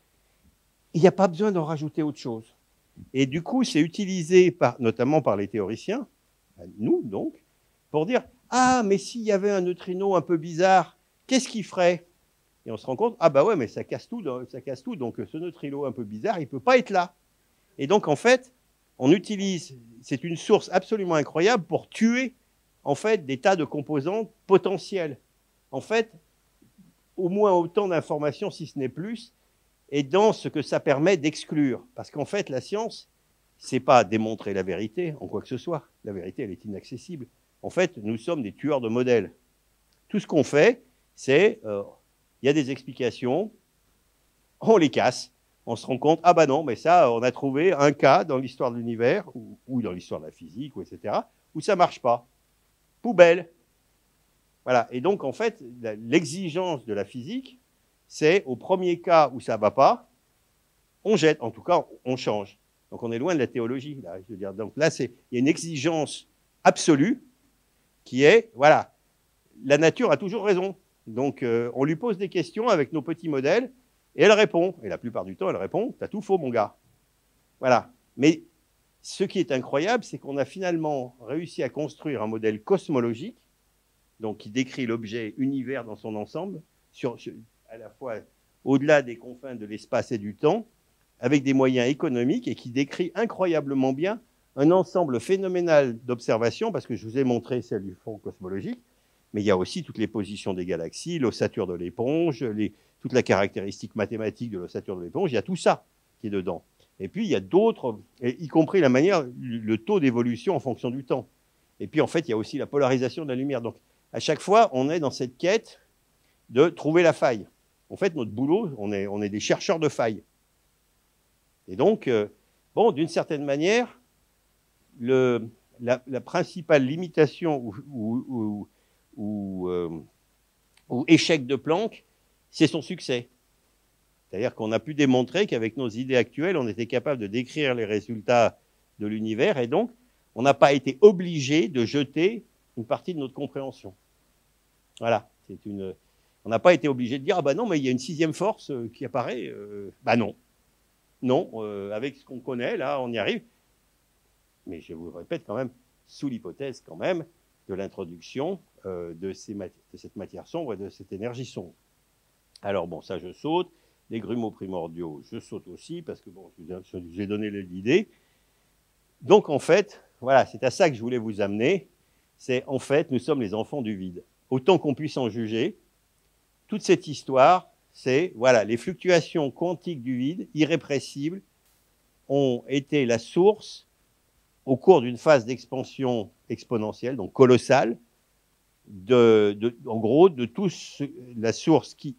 Il n'y a pas besoin d'en rajouter autre chose. Et du coup, c'est utilisé par, notamment par les théoriciens, nous donc, pour dire « Ah, mais s'il y avait un neutrino un peu bizarre, qu'est-ce qu'il ferait ?» Et on se rend compte « Ah bah ouais, mais ça casse tout, ça casse tout, donc ce neutrino un peu bizarre, il ne peut pas être là. » Et donc, en fait, on utilise, c'est une source absolument incroyable pour tuer, en fait, des tas de composants potentiels. En fait, au moins autant d'informations, si ce n'est plus, et dans ce que ça permet d'exclure. Parce qu'en fait, la science, ce n'est pas démontrer la vérité en quoi que ce soit. La vérité, elle est inaccessible. En fait, nous sommes des tueurs de modèles. Tout ce qu'on fait, c'est, il euh, y a des explications, on les casse, on se rend compte, ah ben non, mais ça, on a trouvé un cas dans l'histoire de l'univers, ou, ou dans l'histoire de la physique, ou et cetera, où ça ne marche pas. Poubelle. Voilà. Et donc, en fait, l'exigence de la physique, c'est au premier cas où ça ne va pas, on jette, en tout cas, on change. Donc, on est loin de la théologie. Là, je veux dire. Donc là, il y a une exigence absolue qui est, voilà, la nature a toujours raison. Donc, euh, on lui pose des questions avec nos petits modèles, et elle répond. Et la plupart du temps, elle répond, t'as tout faux, mon gars. Voilà. Mais ce qui est incroyable, c'est qu'on a finalement réussi à construire un modèle cosmologique, donc qui décrit l'objet univers dans son ensemble, sur, sur, à la fois au-delà des confins de l'espace et du temps, avec des moyens économiques et qui décrit incroyablement bien un ensemble phénoménal d'observations, parce que je vous ai montré celle du fond cosmologique, mais il y a aussi toutes les positions des galaxies, l'ossature de l'éponge, les, toute la caractéristique mathématique de l'ossature de l'éponge, il y a tout ça qui est dedans. Et puis, il y a d'autres, y compris la manière, le taux d'évolution en fonction du temps. Et puis, en fait, il y a aussi la polarisation de la lumière. Donc, à chaque fois, on est dans cette quête de trouver la faille. En fait, notre boulot, on est, on est des chercheurs de failles. Et donc, euh, bon, d'une certaine manière, le, la, la principale limitation ou, ou, ou, ou, euh, ou échec de Planck, c'est son succès. C'est-à-dire qu'on a pu démontrer qu'avec nos idées actuelles, on était capable de décrire les résultats de l'univers, et donc, on n'a pas été obligé de jeter une partie de notre compréhension. Voilà, c'est une... On n'a pas été obligé de dire, ah ben non, mais il y a une sixième force qui apparaît. Euh, ben non. Non, euh, avec ce qu'on connaît, là, on y arrive. Mais je vous le répète quand même, sous l'hypothèse quand même de l'introduction euh, de, de cette matière sombre et de cette énergie sombre. Alors bon, ça je saute. Les grumeaux primordiaux, je saute aussi, parce que bon, je vous ai donné l'idée. Donc en fait, voilà, c'est à ça que je voulais vous amener. C'est en fait, nous sommes les enfants du vide. Autant qu'on puisse en juger, toute cette histoire, c'est, voilà, les fluctuations quantiques du vide, irrépressibles, ont été la source, au cours d'une phase d'expansion exponentielle, donc colossale, de, de, en gros, de toute la source qui,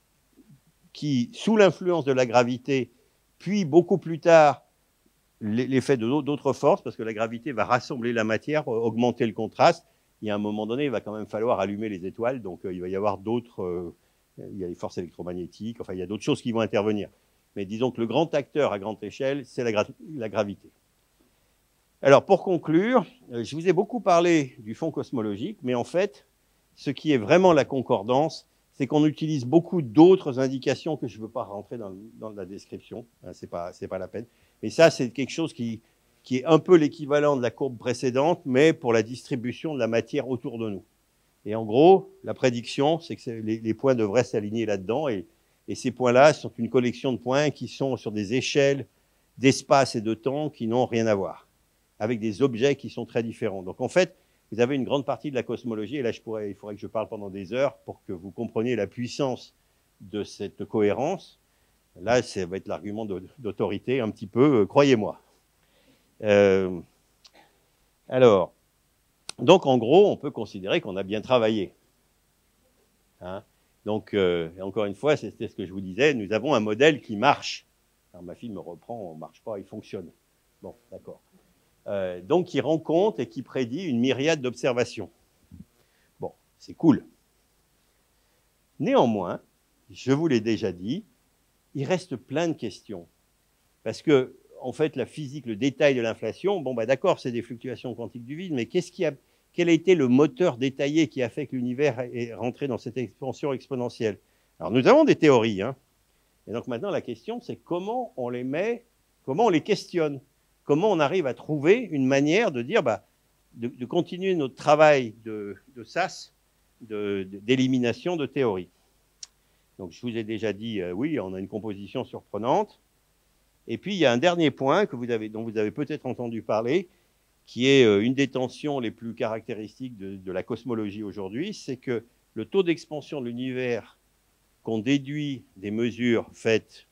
qui sous l'influence de la gravité, puis beaucoup plus tard, l'effet d'autres forces, parce que la gravité va rassembler la matière, augmenter le contraste. Il y a un moment donné, il va quand même falloir allumer les étoiles, donc euh, il va y avoir d'autres... Euh, il y a les forces électromagnétiques, enfin, il y a d'autres choses qui vont intervenir. Mais disons que le grand acteur à grande échelle, c'est la, gra la gravité. Alors, pour conclure, je vous ai beaucoup parlé du fond cosmologique, mais en fait, ce qui est vraiment la concordance, c'est qu'on utilise beaucoup d'autres indications que je ne veux pas rentrer dans, dans la description, hein, ce n'est pas, c'est pas la peine. Mais ça, c'est quelque chose qui, qui est un peu l'équivalent de la courbe précédente, mais pour la distribution de la matière autour de nous. Et en gros, la prédiction, c'est que les, les points devraient s'aligner là-dedans, et, et ces points-là sont une collection de points qui sont sur des échelles d'espace et de temps qui n'ont rien à voir, avec des objets qui sont très différents. Donc en fait, vous avez une grande partie de la cosmologie, et là je pourrais, il faudrait que je parle pendant des heures pour que vous compreniez la puissance de cette cohérence. Là, ça va être l'argument d'autorité un petit peu, euh, croyez-moi. Euh, alors, donc en gros, on peut considérer qu'on a bien travaillé. Hein, donc, euh, encore une fois, c'était ce que je vous disais, nous avons un modèle qui marche. Alors, ma fille me reprend, on ne marche pas, il fonctionne. Bon, d'accord. Euh, donc, qui rend compte et qui prédit une myriade d'observations. Bon, c'est cool. Néanmoins, je vous l'ai déjà dit, il reste plein de questions. Parce que, en fait, la physique, le détail de l'inflation, bon, bah, d'accord, c'est des fluctuations quantiques du vide, mais qu'est-ce qui a, quel a été le moteur détaillé qui a fait que l'univers est rentré dans cette expansion exponentielle? Alors, nous avons des théories, hein. Et donc, maintenant, la question, c'est comment on les met, comment on les questionne? Comment on arrive à trouver une manière de dire, bah, de, de continuer notre travail de, de sas, d'élimination de, de, de théories. Donc, je vous ai déjà dit, euh, oui, on a une composition surprenante. Et puis, il y a un dernier point que vous avez, dont vous avez peut-être entendu parler, qui est euh, une des tensions les plus caractéristiques de, de la cosmologie aujourd'hui, c'est que le taux d'expansion de l'univers qu'on déduit des mesures faites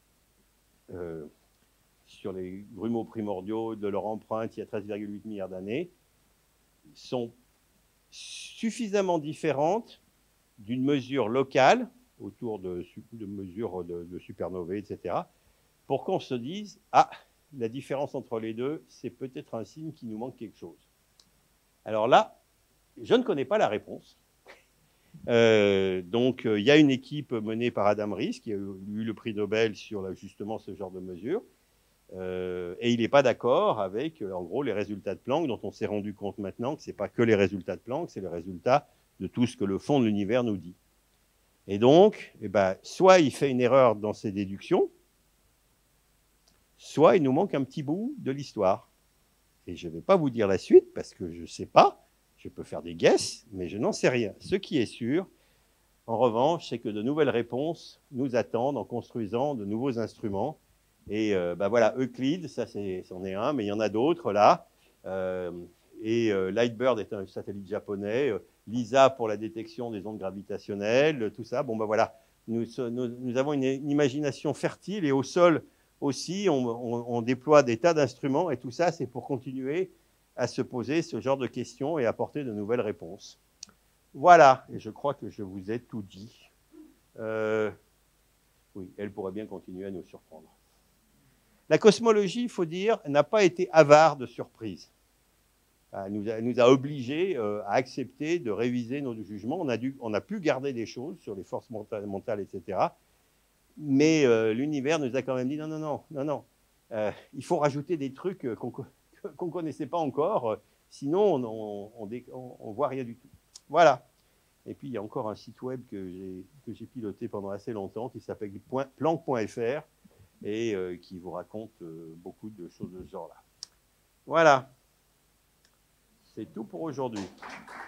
euh, sur les grumeaux primordiaux de leur empreinte il y a treize virgule huit milliards d'années, sont suffisamment différentes d'une mesure locale, autour de, de mesures de, de supernovae, et cetera, pour qu'on se dise, ah, la différence entre les deux, c'est peut-être un signe qu'il nous manque quelque chose. Alors là, je ne connais pas la réponse. Euh, donc, il euh, y a une équipe menée par Adam Riess, qui a eu le prix Nobel sur là, justement ce genre de mesures. Euh, et il n'est pas d'accord avec, euh, en gros, les résultats de Planck, dont on s'est rendu compte maintenant que ce n'est pas que les résultats de Planck, c'est le résultat de tout ce que le fond de l'univers nous dit. Et donc, eh ben, soit il fait une erreur dans ses déductions, soit il nous manque un petit bout de l'histoire. Et je ne vais pas vous dire la suite, parce que je ne sais pas, je peux faire des guesses, mais je n'en sais rien. Ce qui est sûr, en revanche, c'est que de nouvelles réponses nous attendent en construisant de nouveaux instruments. Et euh, ben voilà, Euclide, ça c'en est, est un, mais il y en a d'autres là. Euh, et euh, Lightbird est un satellite japonais. Euh, LISA pour la détection des ondes gravitationnelles, tout ça. Bon ben voilà, nous, nous, nous avons une, une imagination fertile, et au sol aussi, on, on, on déploie des tas d'instruments, et tout ça, c'est pour continuer à se poser ce genre de questions et apporter de nouvelles réponses. Voilà, et je crois que je vous ai tout dit. Euh, oui, elle pourrait bien continuer à nous surprendre. La cosmologie, il faut dire, n'a pas été avare de surprises. Elle nous a, elle nous a obligés euh, à accepter de réviser nos jugements. On a, dû, on a pu garder des choses sur les forces mentales, mentales et cetera. Mais euh, l'univers nous a quand même dit non, non, non, non, non. Euh, il faut rajouter des trucs euh, qu'on qu'on ne connaissait pas encore, euh, sinon on ne voit rien du tout. Voilà. Et puis il y a encore un site web que j'ai piloté pendant assez longtemps qui s'appelle planck point F R et euh, qui vous raconte euh, beaucoup de choses de ce genre-là. Voilà. C'est tout pour aujourd'hui.